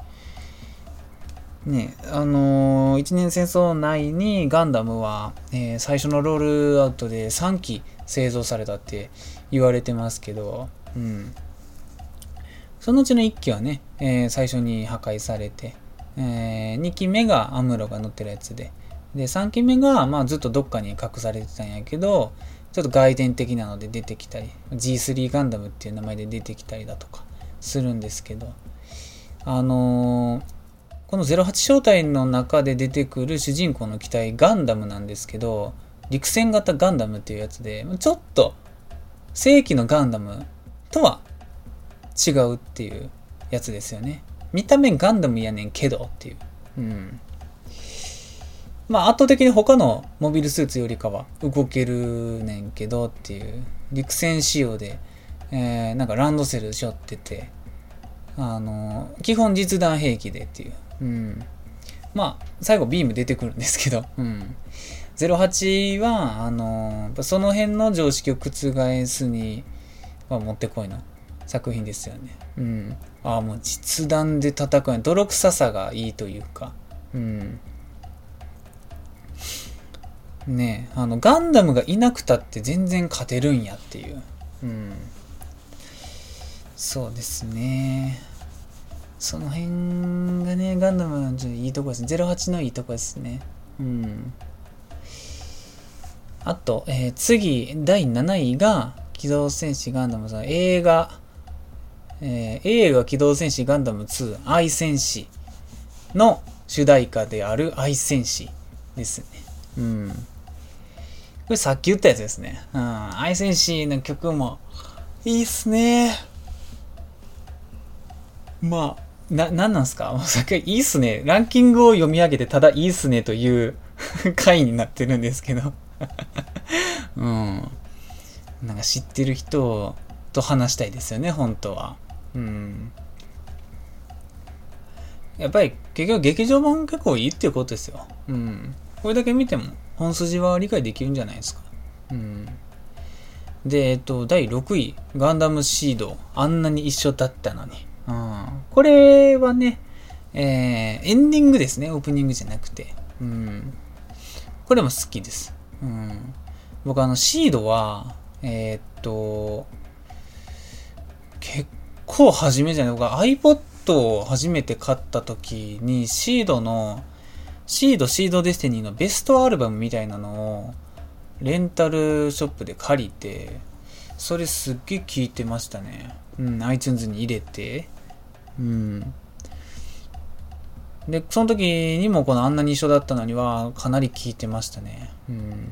Speaker 1: ね、あのー一年戦争内にガンダムは、えー最初のロールアウトでさんき製造されたって言われてますけど、うん。そのうちのいっきはね、えー最初に破壊されて、えーにきめがアムロが乗ってるやつで、で、さんきめが、まあ、ずっとどっかに隠されてたんやけど、ちょっと外伝的なので出てきたり、ジースリー ガンダムっていう名前で出てきたりだとかするんですけど、あのーこのゼロはち正体の中で出てくる主人公の機体ガンダムなんですけど、陸戦型ガンダムっていうやつで、ちょっと正規のガンダムとは違うっていうやつですよね。見た目ガンダムやねんけどっていう。うん。まあ圧倒的に他のモビルスーツよりかは動けるねんけどっていう。陸戦仕様で、えー、なんかランドセル背負ってて、あのー基本実弾兵器でっていう。うん。まあ、最後ビーム出てくるんですけど、うん。ゼロはちは、あのーその辺の常識を覆すにはもってこいの作品ですよね。うん。ああ、もう実弾で戦う。泥臭さがいいというか、うん。ねえ、あの、ガンダムがいなくたって全然勝てるんやっていう。うん。そうですね。その辺がね、ガンダムのいいとこですね。ゼロはちのいいとこですね。うん。あと、えー次、だいなないが、機動戦士ガンダムさん、映画、えー映画機動戦士ガンダムツー、愛戦士の主題歌である愛戦士ですね。うん。これさっき言ったやつですね。うん。愛戦士の曲もいいっすね。まあ、な、なんなんすかもうさっきいいっすね。ランキングを読み上げてただいいっすねという回になってるんですけど。うん。なんか知ってる人と話したいですよね、本当は。うん。やっぱり結局劇場版結構いいっていうことですよ。うん。これだけ見ても本筋は理解できるんじゃないですか。うん。で、えっと、だいろくい、ガンダムシード。あんなに一緒だったのに。うん。これはね、えー、エンディングですね。オープニングじゃなくて。うん。これも好きです。うん。僕あの、シードは、えーっと、結構初めじゃない。僕は iPod を初めて買った時に、シードの、シードシードデスティニーのベストアルバムみたいなのを、レンタルショップで借りて、それすっげえ聞いてましたね。うん、iTunes に入れて。うん。で、その時にもこのあんなに一緒だったのにはかなり聞いてましたね。うん。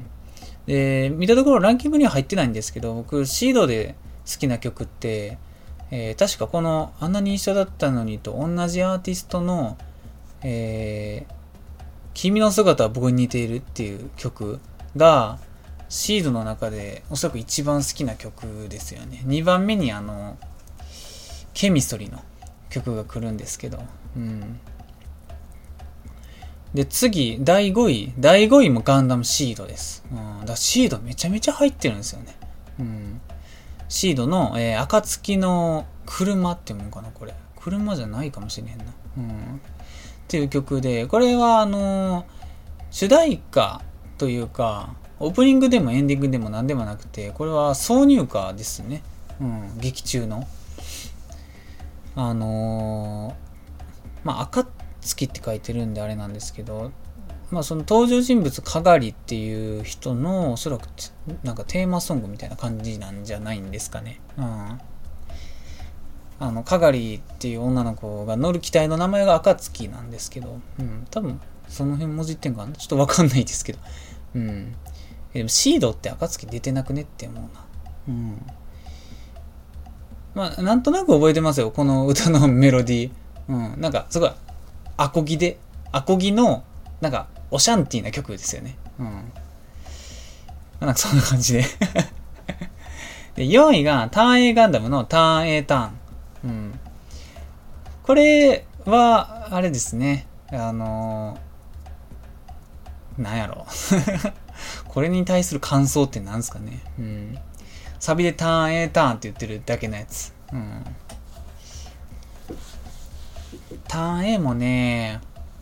Speaker 1: で、見たところランキングには入ってないんですけど、僕、シードで好きな曲って、えー確かこのあんなに一緒だったのにと同じアーティストの、えー君の姿は僕に似ているっていう曲が、シードの中でおそらく一番好きな曲ですよね。にばんめにあの、ケミストリーの曲が来るんですけど、うん。で、次、だいごい。だいごいもガンダムシードです。うん。だからシードめちゃめちゃ入ってるんですよね。うん。シードの、えー、暁の車っていうもんかな、これ。車じゃないかもしれへんな。うん。っていう曲で、これはあのー、主題歌というか、オープニングでもエンディングでも何でもなくて、これは挿入歌ですね。うん。劇中の。あのー、まあ、暁って書いてるんであれなんですけど、まあその登場人物かがりっていう人のおそらくなんかテーマソングみたいな感じなんじゃないんですかね。うん。あのかがりっていう女の子が乗る機体の名前が暁なんですけど、うん、多分その辺文字ってんかな、ちょっとわかんないですけど、うん。でもシードって暁出てなくねって思うな。うん。まあなんとなく覚えてますよ、この歌のメロディー。うん。なんかすごいアコギでアコギのなんかオシャンティーな曲ですよね。うん。なんかそんな感じでで。よんいがターン A ガンダムのターン A ターン。うん。これは、あれですね。あのー、なんやろ。これに対する感想って何ですかね。うん。サビでターン A ターンって言ってるだけのやつ。うん。ターン A もね、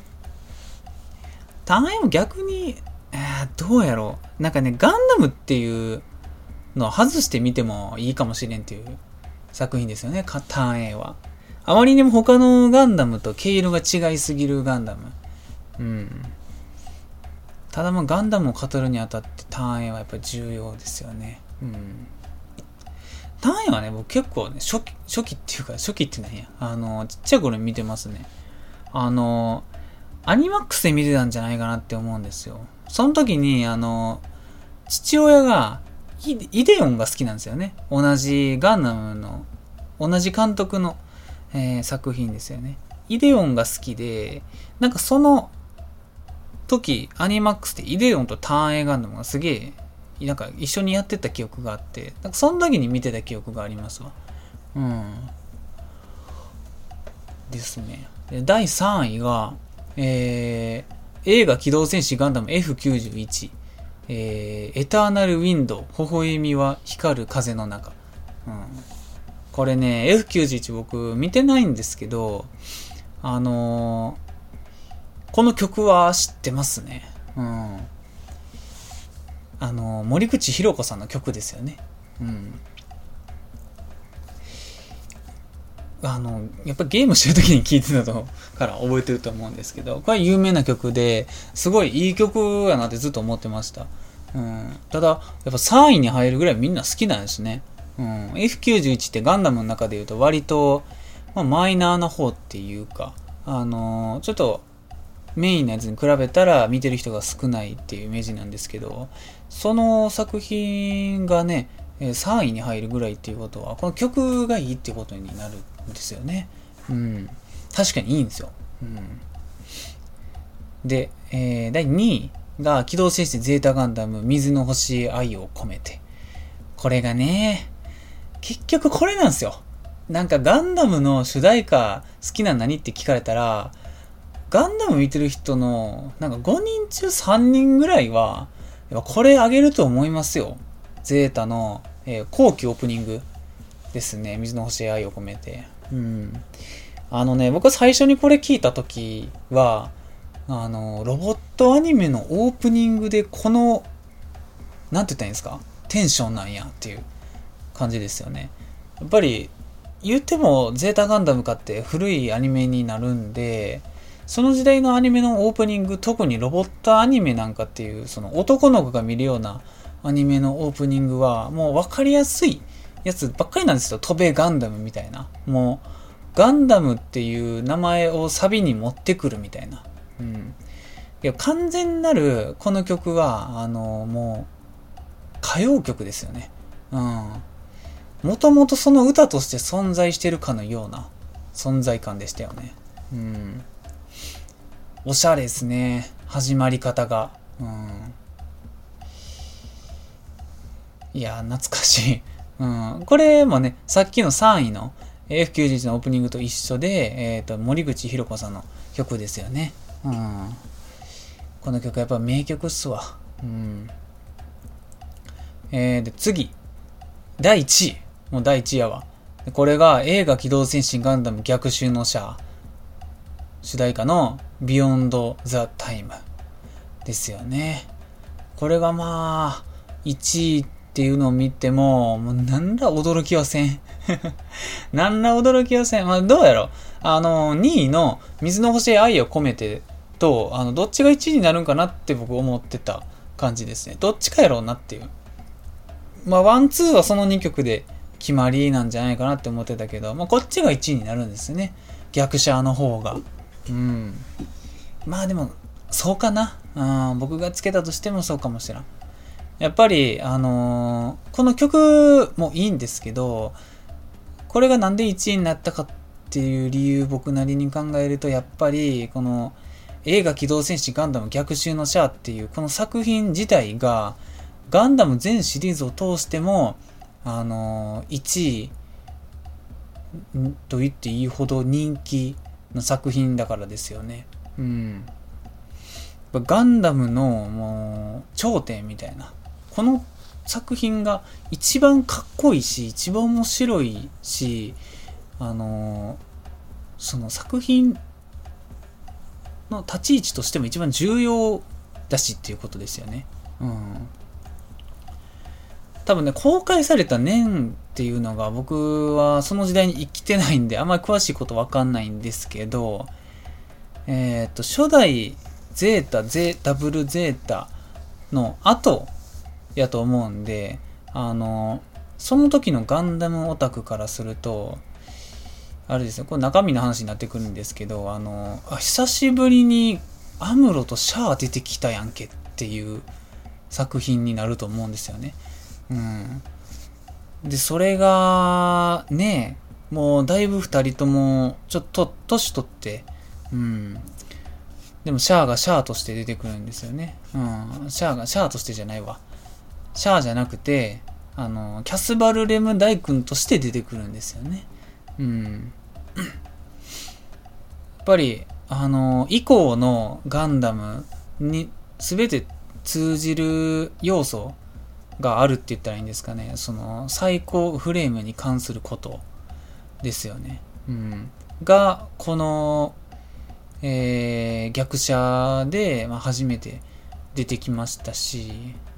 Speaker 1: ターン A も逆に、えー、どうやろう。なんかね、ガンダムっていうのを外してみてもいいかもしれんっていう作品ですよね、ターン A は。あまりにも他のガンダムと毛色が違いすぎるガンダム。うん。ただまあガンダムを語るにあたってターン A はやっぱり重要ですよね。うん。ターン A はね、僕結構ね、初期、初期っていうか、初期って何や。あの、ちっちゃい頃に見てますね。あの、アニマックスで見てたんじゃないかなって思うんですよ。その時に、あの、父親がイ、イデオンが好きなんですよね。同じガンダムの、同じ監督の、えー、作品ですよね。イデオンが好きで、なんかその時、アニマックスでイデオンとターン A ガンダムがすげえ、なんか一緒にやってた記憶があって、なんかその時に見てた記憶がありますわ。うん。ですね。でだいさんいが、えー、映画機動戦士ガンダム エフきゅうじゅういち、えー、エターナルウィンドウ、微笑みは光る風の中。うん。これね、エフきゅうじゅういち 僕見てないんですけど、あのー、この曲は知ってますね。うん。あのー、森口博子さんの曲ですよね。うん。あの、やっぱりゲームしてる時に聴いてたとから覚えてると思うんですけど、これ有名な曲で、すごいいい曲やなってずっと思ってました。うん。ただ、やっぱさんいに入るぐらいみんな好きなんですね。うん、エフきゅうじゅういち ってガンダムの中で言うと割と、まあ、マイナーな方っていうか、あのー、ちょっとメインのやつに比べたら見てる人が少ないっていうイメージなんですけど、その作品がね、さんいに入るぐらいっていうことは、この曲がいいっていうことになるんですよね。うん。確かにいいんですよ。うん。で、えー、だいにいが機動戦士ゼータガンダム水の星愛を込めて。これがね、結局これなんですよ。なんかガンダムの主題歌好きな何って聞かれたら、ガンダム見てる人のなんかごにん中さんにんぐらいはやっぱこれあげると思いますよ。ゼータの、えー、後期オープニングですね。水の星へ愛を込めて。うん。あのね、僕最初にこれ聞いた時は、あの、ロボットアニメのオープニングでこの、なんて言ったらいいんですか？テンションなんやっていう感じですよね。やっぱり言ってもゼータガンダムかって古いアニメになるんで、その時代のアニメのオープニング、特にロボットアニメなんかっていうその男の子が見るようなアニメのオープニングはもう分かりやすいやつばっかりなんですよ。飛べガンダムみたいな、もうガンダムっていう名前をサビに持ってくるみたいな。うん。いや完全なるこの曲はあのもう歌謡曲ですよね。うん。もともとその歌として存在してるかのような存在感でしたよね。うん。おしゃれですね。 始まり方が。うん。いや、懐かしい。うん。これもね、さっきのさんいの エフきゅうじゅういち のオープニングと一緒で、えっと、森口博子さんの曲ですよね。うん。この曲やっぱ名曲っすわ。うん。えー、で、次。だいいちい。もうだいいちいやわ。これが映画機動戦士ガンダム逆襲のシャア。主題歌の Beyond the Time ですよね。これがまあ、いちいっていうのを見ても、もうなんら驚きはせん。なんら驚きはせん。まあどうやろ。あの、にいの水の星へ愛を込めてと、あの、どっちがいちいになるんかなって僕思ってた感じですね。どっちかやろうなっていう。まあ、ワン、ツーはそのにきょくで決まりなんじゃないかなって思ってたけど、まあ、こっちがいちいになるんですよね。逆者の方が。うん。まあでも、そうかな。うん、僕がつけたとしてもそうかもしれん。やっぱり、あのー、この曲もいいんですけど、これがなんでいちいになったかっていう理由僕なりに考えると、やっぱり、この映画機動戦士ガンダム逆襲のシャアっていうこの作品自体が、ガンダム全シリーズを通しても、あのー、いちいと言っていいほど人気の作品だからですよね。うん。ガンダムのもう頂点みたいな。この作品が一番かっこいいし、一番面白いし、あのー、その作品の立ち位置としても一番重要だしっていうことですよね。うん。多分ね、公開された年っていうのが僕はその時代に生きてないんで、あんまり詳しいことわかんないんですけど、えっと、初代ゼータ、ゼダブルゼータの後やと思うんで、あの、その時のガンダムオタクからすると、あれですね、これ中身の話になってくるんですけど、あの、あ、久しぶりにアムロとシャア出てきたやんけっていう作品になると思うんですよね。うん。で、それが、ね、もうだいぶ二人とも、ちょっと、年取って、うん。でも、シャアがシャアとして出てくるんですよね。うん。シャアが、シャアとしてじゃないわ。シャアじゃなくて、あの、キャスバル・レム大君として出てくるんですよね。うん。やっぱり、あの、以降のガンダムに全て通じる要素があるって言ったらいいんですかね。その最高フレームに関することですよね。うん。が、この、えー、逆者で、まあ、初めて出てきましたし、うん。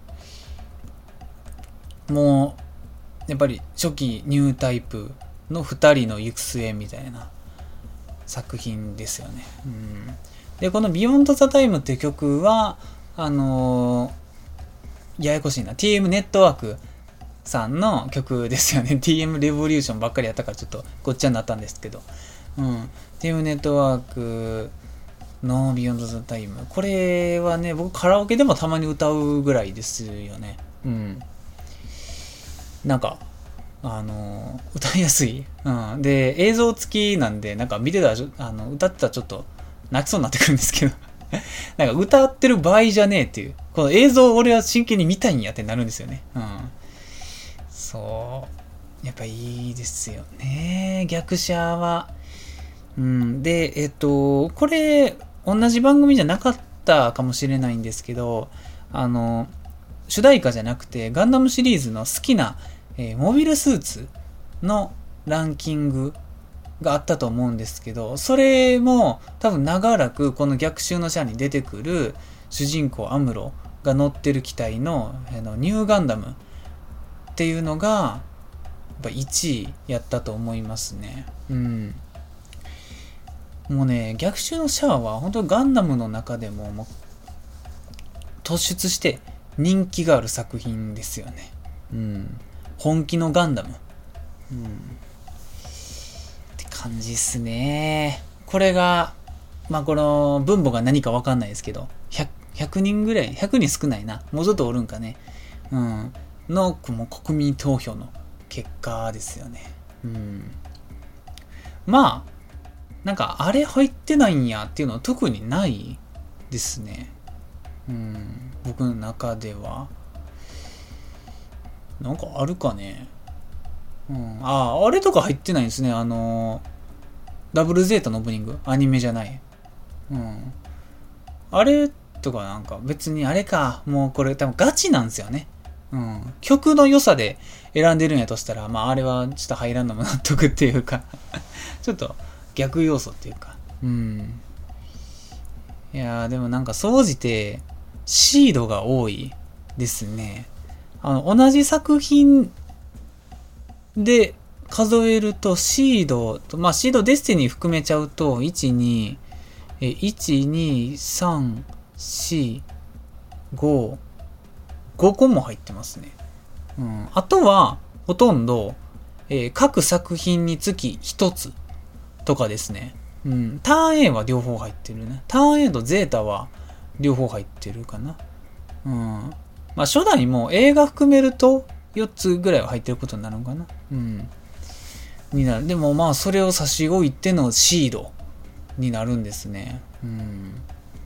Speaker 1: もう、やっぱり初期ニュータイプの二人の行く末みたいな作品ですよね。うん。で、このビヨンドザタイムっていう曲は、あのーややこしいな。ティーエム ネットワークさんの曲ですよね。ティーエム レボリューションばっかりやったからちょっとごっちゃになったんですけど。うん。ティーエム ネットワークの Beyond the Time。これはね、僕カラオケでもたまに歌うぐらいですよね。うん。なんか、あのー、歌いやすい。うん。で、映像付きなんで、なんか見てたら、あの、歌ってたらちょっと泣きそうになってくるんですけど。なんか歌ってる場合じゃねえっていう。この映像を俺は真剣に見たいんやってなるんですよね。うん。そう。やっぱいいですよね。逆者は。うん。で、えっと、これ、同じ番組じゃなかったかもしれないんですけど、あの、主題歌じゃなくて、ガンダムシリーズの好きな、えー、モビルスーツのランキングがあったと思うんですけど、それも多分長らくこの逆襲のシャアに出てくる主人公アムロが乗ってる機体の、あのニューガンダムっていうのがやっぱいちいやったと思いますね。うん。もうね、逆襲のシャアは本当にガンダムの中でももう突出して人気がある作品ですよね。うん。本気のガンダム。うん。感じっすね。これが、まあこの分母が何かわかんないですけど、ひゃく, ひゃくにんぐらい、ひゃくにん少ないな。もうちょっとおるんかね。うん。の、もう国民投票の結果ですよね。うん。まあ、なんかあれ入ってないんやっていうのは特にないですね。うん、僕の中では。なんかあるかね。うん、ああ、あれとか入ってないんですね。あの、ダブルゼータのオープニング。アニメじゃない。うん。あれとかなんか別にあれか。もうこれ多分ガチなんですよね。うん。曲の良さで選んでるんやとしたら、まああれはちょっと入らんのも納得っていうかちょっと逆要素っていうか。うん。いやーでもなんか総じてシードが多いですね。あの、同じ作品で数えるとシード、まあシードデスティニー含めちゃうと、いち、に、え、いち、に、さん、よん、ご、ごこも入ってますね。うん。あとは、ほとんど、えー各作品につきひとつとかですね。うん。ターン A は両方入ってるね。ターン A とゼータは両方入ってるかな。うん。まあ初代も映画含めるとよっつぐらいは入ってることになるのかな。うん。になる。でもまあそれを差し置いてのシードになるんですね。うん。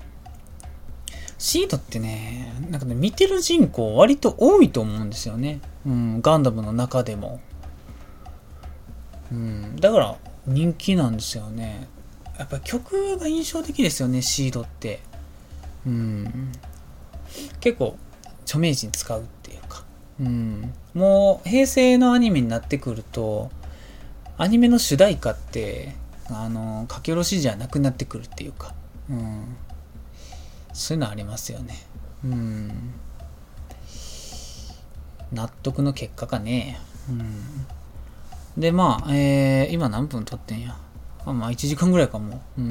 Speaker 1: シードってね、なんかね、見てる人口割と多いと思うんですよね。うん、ガンダムの中でも。うん、だから人気なんですよね。やっぱ曲が印象的ですよね、シードって。うん。結構、著名人使うっていうか。うん。もう、平成のアニメになってくると、アニメの主題歌って、あの、書き下ろしじゃなくなってくるっていうか。うん。そういうのありますよね。うん。納得の結果かね。うん。で、まあ、えー、今何分経ってんや。あまあ、いちじかんぐらいかも。うん。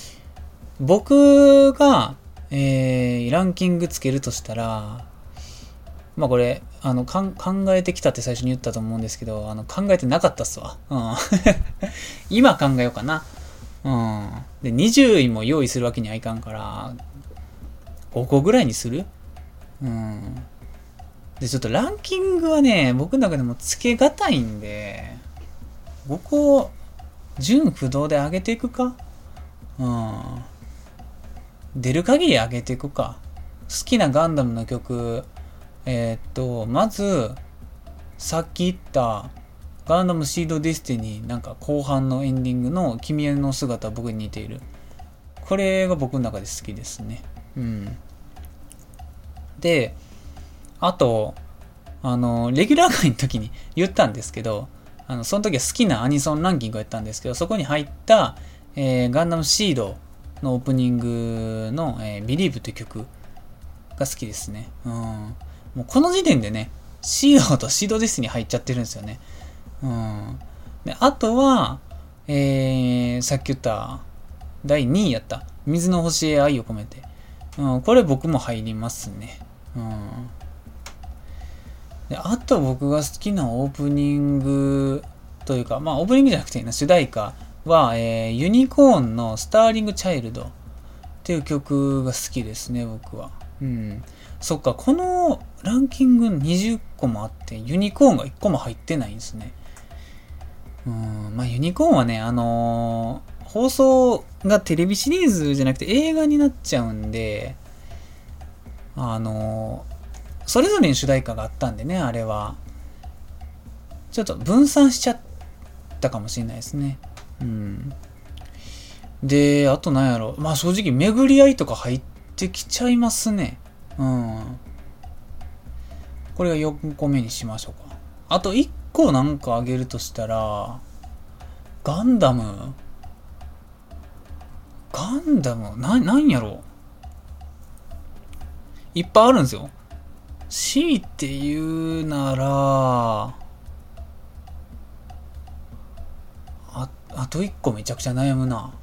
Speaker 1: 僕が、えー、ランキングつけるとしたら、まあこれ、あの、かん考えてきたって最初に言ったと思うんですけど、あの、考えてなかったっすわ。うん。今考えようかな。うん。で、にじゅういも用意するわけにはいかんから、ごこぐらいにする。うん。で、ちょっとランキングはね、僕の中でもつけがたいんで、ごこ、純不動で上げていくか。うん。出る限り上げていくか。好きなガンダムの曲、えー、っと、まず、さっき言った、ガンダムシードディスティニー、なんか後半のエンディングの君の姿は僕に似ている。これが僕の中で好きですね。うん。で、あと、あの、レギュラー会の時に言ったんですけど、あの、その時は好きなアニソンランキングをやったんですけど、そこに入った、えー、ガンダムシードのオープニングの、えー、Believe という曲が好きですね。うん。もうこの時点でね、シードとシードディスに入っちゃってるんですよね。うん。で、あとは、えー、さっき言っただいにいやった。水の星へ愛を込めて。うん、これ僕も入りますね。うん。で、あと僕が好きなオープニングというか、まあオープニングじゃなくていいな、主題歌は、えー、ユニコーンのスターリングチャイルドっていう曲が好きですね、僕は。うん。そっか、このランキングにじゅっこもあって、ユニコーンがいっこも入ってないんですね。うん、まあユニコーンはね、あのー、放送がテレビシリーズじゃなくて映画になっちゃうんで、あのー、それぞれに主題歌があったんでね、あれは。ちょっと分散しちゃったかもしれないですね。うん。で、あとなんやろ。まあ正直、巡り合いとか入ってきちゃいますね。うん。これがよんこめにしましょうか。あといっこなんかあげるとしたら、ガンダム。ガンダム、な、なんやろ。いっぱいあるんですよ。強いて言うなら、あ、あといっこめちゃくちゃ悩むな。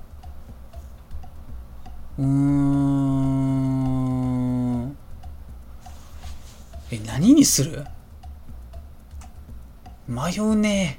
Speaker 1: うーん。え、何にする？迷うね。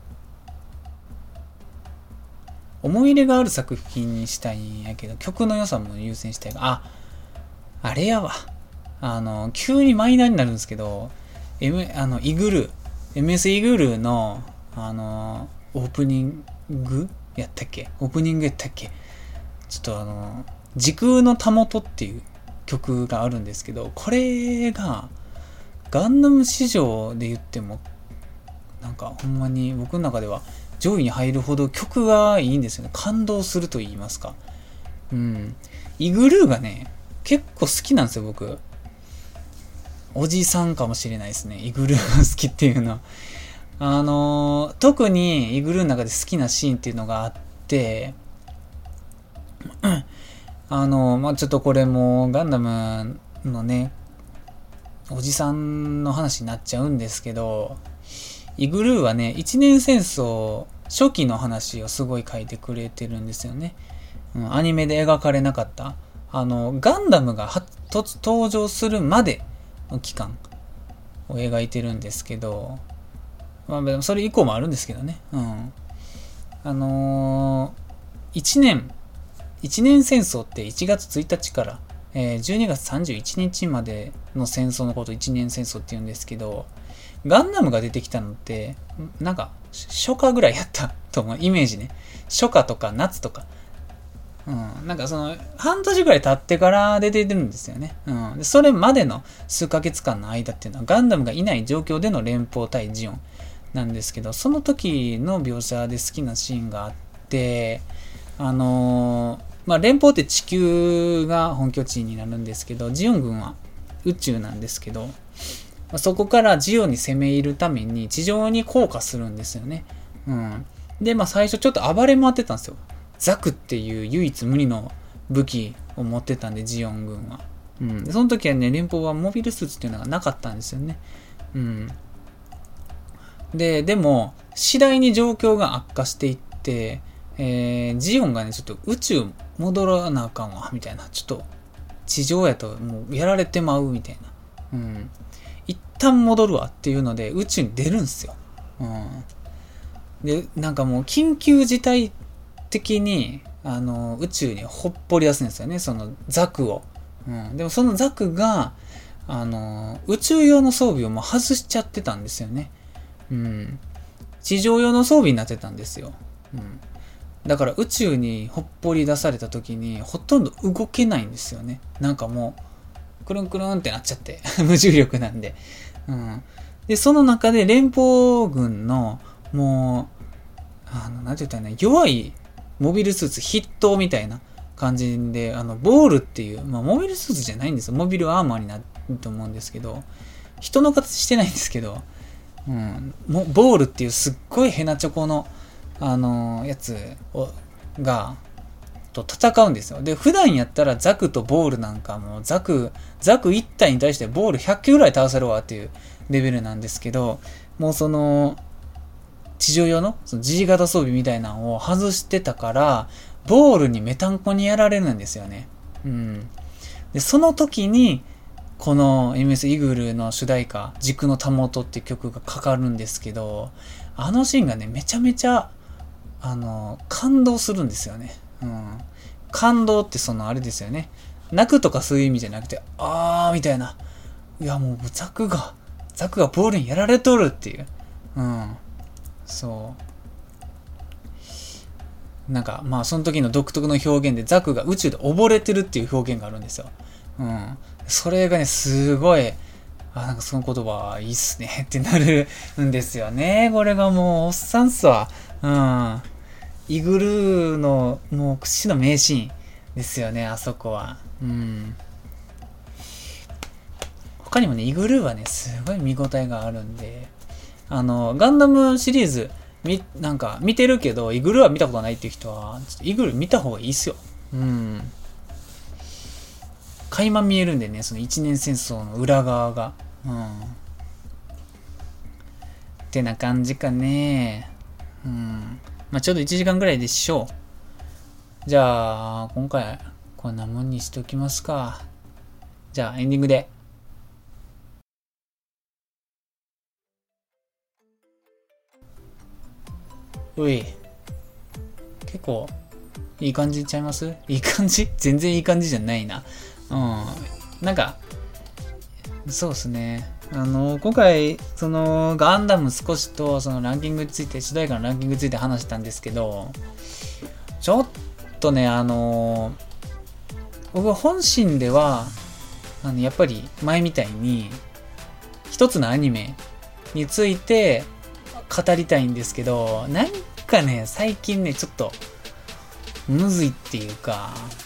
Speaker 1: 思い入れがある作品にしたいんやけど、曲の良さも優先したいが、あ、あれやわ。あの、急にマイナーになるんですけど、M、あの、イグル、エムエス イグルの、あの、オープニングやったっけオープニングやったっけちょっとあの、 時空のたもとっていう曲があるんですけど、これがガンダム史上で言ってもなんかほんまに僕の中では上位に入るほど曲がいいんですよね。感動すると言いますか。うん。イグルーがね、結構好きなんですよ、僕。おじさんかもしれないですね。イグルーが好きっていうのは。あのー、特にイグルーの中で好きなシーンっていうのがあって、あのー、まあ、ちょっとこれもガンダムのね、おじさんの話になっちゃうんですけど、イグルーはね、一年戦争初期の話をすごい書いてくれてるんですよね。うん、アニメで描かれなかった、あの、ガンダムがはと登場するまでの期間を描いてるんですけど、まあ、それ以降もあるんですけどね。うん。あのー、いちねん、一年戦争っていちがつついたちから、えー、じゅうにがつさんじゅういちにちまでの戦争のことを一年戦争って言うんですけど、ガンダムが出てきたのって、なんか、初夏ぐらいやったと思う。イメージね。初夏とか夏とか。うん。なんかその、半年ぐらい経ってから出てるんですよね。うん。でそれまでの数ヶ月間の間っていうのは、ガンダムがいない状況での連邦対ジオンなんですけど、その時の描写で好きなシーンがあって、あのー、まあ、連邦って地球が本拠地になるんですけど、ジオン軍は宇宙なんですけど、そこからジオンに攻め入るために地上に降下するんですよね。うん。で、まあ最初ちょっと暴れ回ってたんですよ。ザクっていう唯一無二の武器を持ってたんで、ジオン軍は。うん。でその時はね、連邦はモビルスーツっていうのがなかったんですよね。うん。で、でも、次第に状況が悪化していって、えー、ジオンがね、ちょっと宇宙戻らなあかんわ、みたいな。ちょっと、地上やともうやられてまう、みたいな。うん。一旦戻るわっていうので宇宙に出るんすよ。うん。で、なんかもう緊急事態的にあの宇宙にほっぽり出すんですよね、そのザクを。うん。でもそのザクがあの宇宙用の装備をもう外しちゃってたんですよね。うん。地上用の装備になってたんですよ。うん。だから宇宙にほっぽり出された時にほとんど動けないんですよね。なんかもうくるんくるんってなっちゃって無重力なんで、うん、でその中で連邦軍のもうあのなんて言ったらね、弱いモビルスーツ筆頭みたいな感じで、あのボールっていう、まあ、モビルスーツじゃないんですよ、モビルアーマーになると思うんですけど、人の形してないんですけど、うん、もボールっていうすっごいヘナチョコのあのやつをがと戦うんですよ。で、普段やったらザクとボールなんかもザク、ザクいち体に対してボールひゃっきゅうぐらい倒せるわっていうレベルなんですけど、もうその、地上用のその G 型装備みたいなのを外してたから、ボールにメタンコにやられるんですよね。うん。で、その時に、この エムエス イグルの主題歌、軸のたもとっていう曲がかかるんですけど、あのシーンがね、めちゃめちゃ、あの、感動するんですよね。うん、感動ってそのあれですよね。泣くとかそういう意味じゃなくて、あーみたいな。いやもうザクが、ザクがボールにやられとるっていう。うん。そう。なんかまあその時の独特の表現でザクが宇宙で溺れてるっていう表現があるんですよ。うん。それがね、すごい、あ、なんかその言葉いいっすねってなるんですよね。これがもうおっさんっすわ。うん。イグルーのもう屈指の名シーンですよね、あそこは。うん。他にもね、イグルーはね、すごい見応えがあるんで、あの、ガンダムシリーズ、み、なんか見てるけど、イグルーは見たことないっていう人は、ちょっとイグルー見た方がいいっすよ。うん。垣間見えるんでね、その一年戦争の裏側が。うん。ってな感じかね。うん。まあ、ちょうどいちじかんぐらいでしょう。じゃあ、今回、こんなもんにしておきますか。じゃあ、エンディングで。うい。結構、いい感じちゃいます？いい感じ？全然いい感じじゃないな。うん。なんか、そうですね。あの、今回、その、ガンダム少しと、そのランキングについて、主題歌のランキングについて話したんですけど、ちょっとね、あの、 僕は本心では、あの、やっぱり前みたいに、一つのアニメについて語りたいんですけど、なんかね、最近ね、ちょっと、むずいっていうか、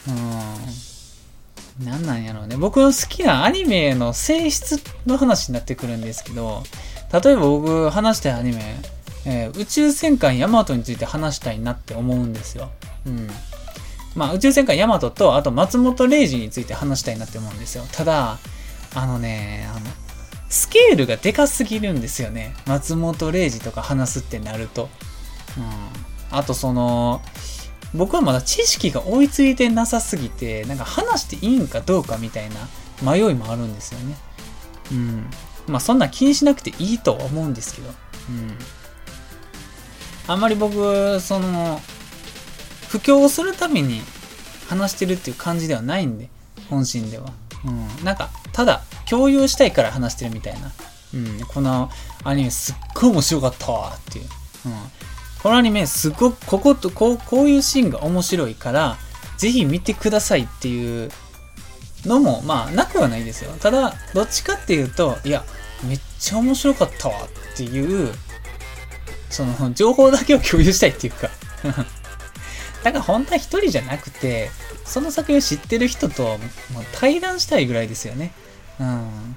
Speaker 1: うん。なんなんやろうね。僕の好きなアニメの性質の話になってくるんですけど、例えば僕話したいアニメ、えー、宇宙戦艦ヤマトについて話したいなって思うんですよ。うん。まあ宇宙戦艦ヤマトと、あと松本零士について話したいなって思うんですよ。ただ、あのね、あの、スケールがでかすぎるんですよね。松本零士とか話すってなると。うん。あとその、僕はまだ知識が追いついてなさすぎて、なんか話していいんかどうかみたいな迷いもあるんですよね。うん。まあそんな気にしなくていいとは思うんですけど。うん。あんまり僕、その、布教するために話してるっていう感じではないんで、本心では。うん。なんか、ただ、共有したいから話してるみたいな。うん。このアニメすっごい面白かったわっていう。うん。このアニメすごく、ここと、こう、こういうシーンが面白いから、ぜひ見てくださいっていうのも、まあ、なくはないですよ。ただ、どっちかっていうと、いや、めっちゃ面白かったわっていう、その、情報だけを共有したいっていうか。だから本当は一人じゃなくて、その作品を知ってる人ともう対談したいぐらいですよね。うん。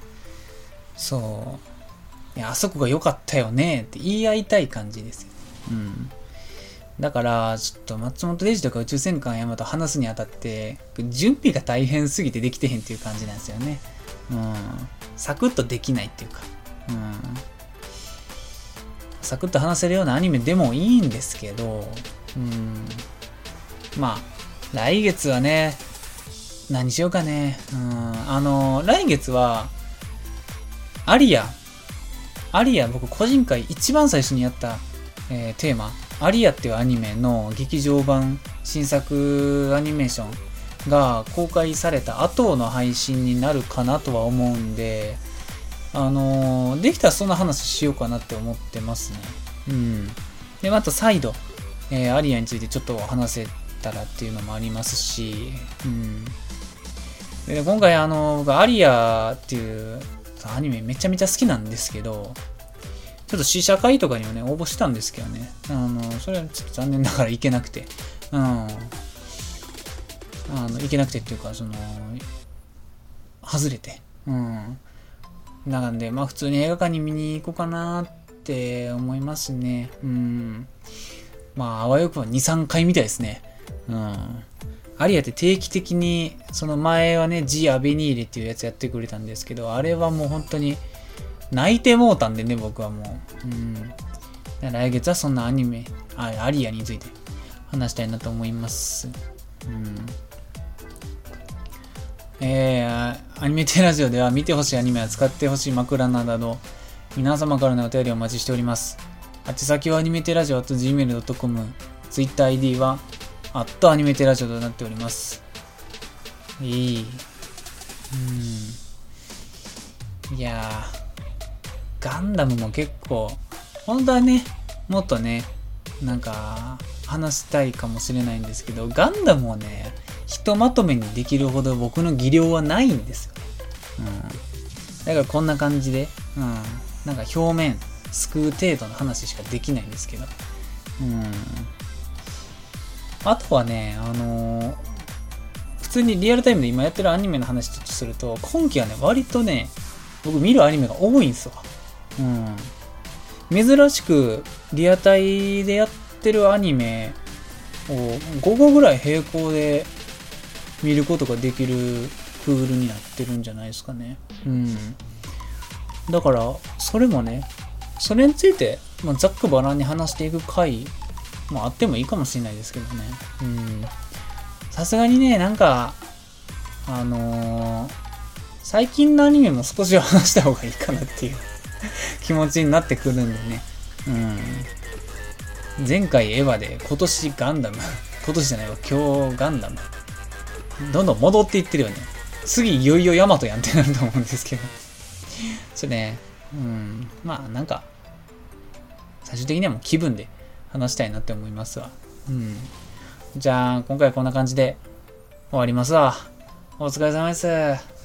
Speaker 1: そう。いや、あそこが良かったよねって言い合いたい感じですよ。うん。だから、ちょっと松本零士とか宇宙戦艦ヤマト話すにあたって、準備が大変すぎてできてへんっていう感じなんですよね。うん。サクッとできないっていうか。うん。サクッと話せるようなアニメでもいいんですけど、うん。まあ、来月はね、何しようかね。うん。あの、来月は、アリア。アリア、僕個人会一番最初にやった、えー、テーマ。アリアっていうアニメの劇場版新作アニメーションが公開された後の配信になるかなとは思うんで、あのー、できたらそんな話しようかなって思ってますね。うん。で、また再度、えー、アリアについてちょっと話せたらっていうのもありますし、うん。で、今回あの、僕アリアっていうアニメめちゃめちゃ好きなんですけど、ちょっと試写会とかにはね、応募したんですけどね。あの、それはちょっと残念ながら行けなくて。うん。あの、行けなくてっていうか、その、外れて。うん。なんで、まあ普通に映画館に見に行こうかなって思いますね。うん。まあ、あわよくはに、さんかいみたいですね。うん。アリアって定期的に、その前はね、ジ・アベニーレっていうやつやってくれたんですけど、あれはもう本当に、泣いてもうたんでね、僕はもう。うん。来月はそんなアニメ、あ、アリアについて話したいなと思います。うん。えー、アニメテラジオでは見てほしいアニメや使ってほしい枕などの皆様からのお便りをお待ちしております。宛先はアニメテラジオ アットジーメールドットコム、Twitter アイディー は、アットアニメテラジオとなっております。いい。うん。いやー。ガンダムも結構、本当はね、もっとね、なんか、話したいかもしれないんですけど、ガンダムをね、ひとまとめにできるほど僕の技量はないんですよ。うん。だからこんな感じで、うん。なんか表面、すくう程度の話しかできないんですけど。うん。あとはね、あのー、普通にリアルタイムで今やってるアニメの話ちょっとすると、今期はね、割とね、僕見るアニメが多いんですよ。うん、珍しくリアタイでやってるアニメをごこぐらい並行で見ることができるクールになってるんじゃないですかね。うん。だからそれもね、それについて、まあ、ざっくばらんに話していく回もあってもいいかもしれないですけどね。うん。さすがにね、なんかあのー、最近のアニメも少しは話した方がいいかなっていう気持ちになってくるんでね。うん。前回エヴァで、今年ガンダム。今年じゃないわ、今日ガンダム。どんどん戻っていってるよね。次いよいよヤマトやんってなると思うんですけど。それね、うん。まあなんか、最終的にはもう気分で話したいなって思いますわ。うん。じゃあ、今回はこんな感じで終わりますわ。 お疲れ様です。